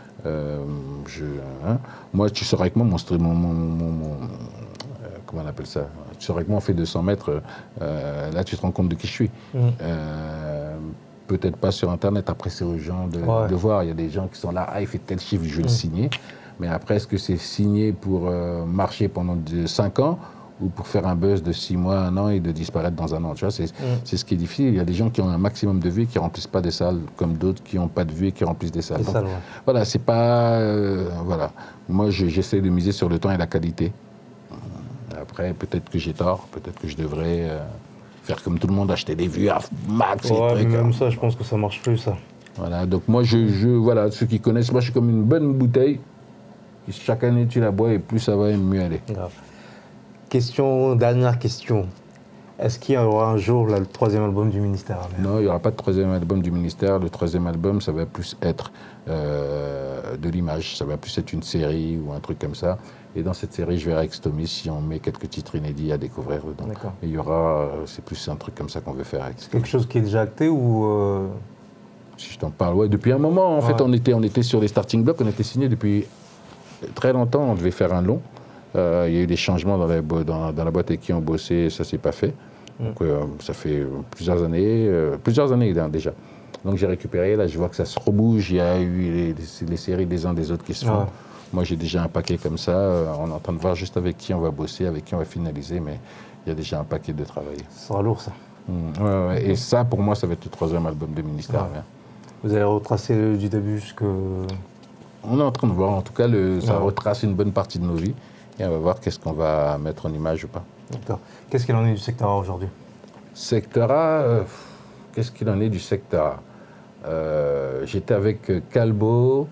moi, tu sors avec moi, comment on appelle ça? Tu sors avec moi, on fait 200 mètres. Là, tu te rends compte de qui je suis. Peut-être pas sur Internet. Après, c'est aux gens de voir. Il y a des gens qui sont là, il fait tel chiffre, je vais le signer. Mais après, est-ce que c'est signé pour marcher pendant 5 ans ou pour faire un buzz de 6 mois, 1 an et de disparaître dans 1 an? Tu vois, c'est ce qui est difficile. Il y a des gens qui ont un maximum de vues et qui ne remplissent pas des salles, comme d'autres qui n'ont pas de vues et qui remplissent des salles. Donc, voilà, c'est pas... voilà. Moi, j'essaie de miser sur le temps et la qualité. Après, peut-être que j'ai tort, peut-être que je devrais faire comme tout le monde, acheter des vues à max. Ouais, mais même ça, je pense que ça marche plus, ça. Voilà, donc moi, voilà, ceux qui connaissent, moi, je suis comme une bonne bouteille. Chaque année, tu la bois et plus ça va, mieux aller. Grave. Dernière question. Est-ce qu'il y aura un jour là, le 3e album du Ministère Amer? Non, il n'y aura pas de 3e album du Ministère. Le 3e album, ça va plus être de l'image. Ça va plus être une série ou un truc comme ça. Et dans cette série, je verrai avec Stomy si on met quelques titres inédits à découvrir dedans. D'accord. Et il y aura, c'est plus un truc comme ça qu'on veut faire avec Stomy. Quelque chose qui est déjà acté ou Si je t'en parle, ouais. Depuis un moment, en fait, on était sur les starting blocks. On était signé depuis très longtemps. On devait faire un long. Il y a eu des changements dans la boîte avec qui on bossait, ça s'est pas fait. Donc ça fait plusieurs années déjà. Donc j'ai récupéré, là je vois que ça se rebouge, il y a eu les séries des uns des autres qui se font. Moi j'ai déjà un paquet comme ça, on est en train de voir juste avec qui on va bosser, avec qui on va finaliser, mais il y a déjà un paquet de travail. Ça sera lourd ça. Et ça pour moi ça va être le 3e album de Ministère. Vous allez retracer du début jusque... On est en train de voir, en tout cas ça retrace une bonne partie de nos vies. Et on va voir qu'est-ce qu'on va mettre en image ou pas. D'accord. Qu'est-ce qu'il en est du secteur A aujourd'hui? Secteur A, qu'est-ce qu'il en est du secteur A? J'étais avec Calbo,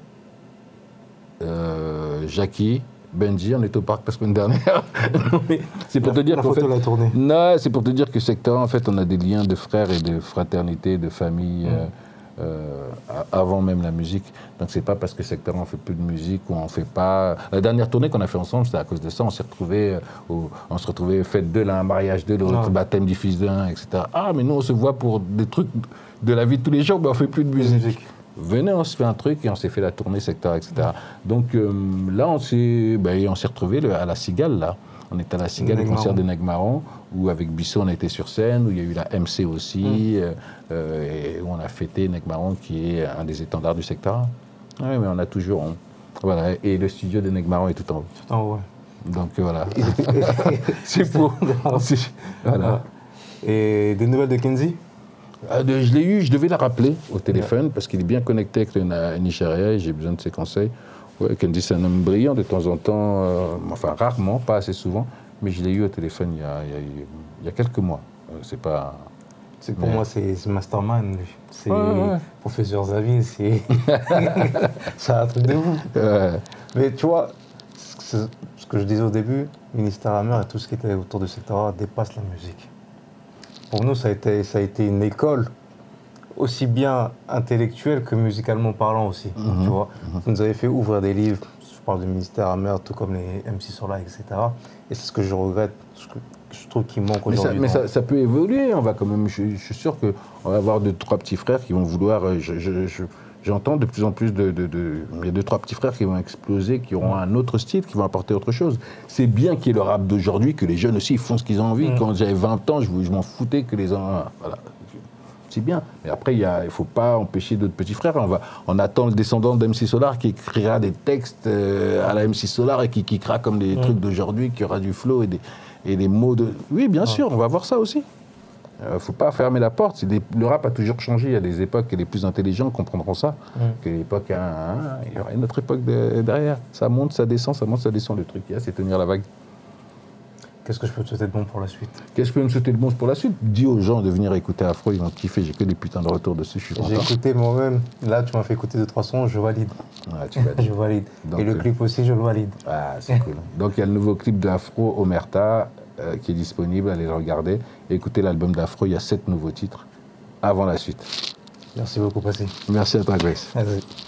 Jackie, Benji, on était au parc la semaine dernière. C'est pour te dire qu'en fait, non, c'est pour te dire que secteur A, en fait, on a des liens de frères et de fraternité, de famille. Avant même la musique. Donc c'est pas parce que secteur on fait plus de musique ou on fait pas... La dernière tournée qu'on a fait ensemble, c'était à cause de ça. On s'est retrouvés fête de l'un, mariage de l'autre, baptême du fils de l'un, etc. Ah mais nous on se voit pour des trucs de la vie de tous les jours, mais on fait plus de musique. Venez, on se fait un truc et on s'est fait la tournée secteur, etc. Donc là on s'est retrouvés à la Cigale là. On était à la Cigale, le concert de Neg Marron, où avec Bissot on était sur scène, où il y a eu la MC aussi, et où on a fêté Neg Marron, qui est un des étendards du secteur. Oui, mais on a toujours... Voilà, et le studio de Neg Marron est tout en haut. Tout en haut, ouais. Donc voilà. C'est pour... Voilà. Et des nouvelles de Kenzie? Je l'ai eu, je devais la rappeler au téléphone, parce qu'il est bien connecté avec le Nigeria, et j'ai besoin de ses conseils. Ouais, Kenzie, c'est un homme brillant de temps en temps, enfin rarement, pas assez souvent, mais je l'ai eu au téléphone il y a quelques mois. C'est pas... Pour moi, c'est Masterman, lui. C'est professeur Xavier, c'est un truc de fou. Mais tu vois, ce que je disais au début, Ministère Amer et tout ce qui était autour du secteur A dépasse la musique. Pour nous, ça a été une école aussi bien intellectuelle que musicalement parlant aussi. Tu vois, vous nous avez fait ouvrir des livres, je parle du Ministère Amer, tout comme les MC Solar, etc. Et c'est ce que je regrette, ce que je trouve qu'il manque aujourd'hui. Mais ça peut évoluer, on va quand même, je suis sûr qu'on va avoir 2-3 petits frères qui vont vouloir, j'entends de plus en plus il y a 2-3 petits frères qui vont exploser, qui auront un autre style, qui vont apporter autre chose. C'est bien qu'il y ait le rap d'aujourd'hui, que les jeunes aussi ils font ce qu'ils ont envie. Quand j'avais 20 ans, je m'en foutais que les gens... Voilà. C'est bien. Mais après, il ne faut pas empêcher d'autres petits frères. On attend le descendant d'MC Solar qui écrira des textes à la MC Solar et qui kickera comme des trucs d'aujourd'hui, qui aura du flow et des mots de... Oui, bien sûr, on va voir ça aussi. Il ne faut pas fermer la porte. Le rap a toujours changé. Il y a des époques et les plus intelligents comprendront ça. Que l'époque, il y aura une autre époque derrière. Ça monte, ça descend, le truc. C'est tenir la vague. Qu'est-ce que je peux te souhaiter de bon pour la suite? Qu'est-ce que je peux me souhaiter de bon pour la suite? Dis aux gens de venir écouter Afro, ils vont kiffer. J'ai que des putains de retours dessus, je suis content. J'ai écouté moi-même. Là, tu m'as fait écouter 2-3 sons, je valide. Ouais, tu valides. Je valide. Donc, et le clip aussi, je le valide. Ah, c'est cool. Donc, il y a le nouveau clip d'Afro, Omerta, qui est disponible. Allez le regarder. Et écoutez l'album d'Afro, il y a 7 nouveaux titres avant la suite. Merci beaucoup, Passy. Merci à toi, Grace. Merci.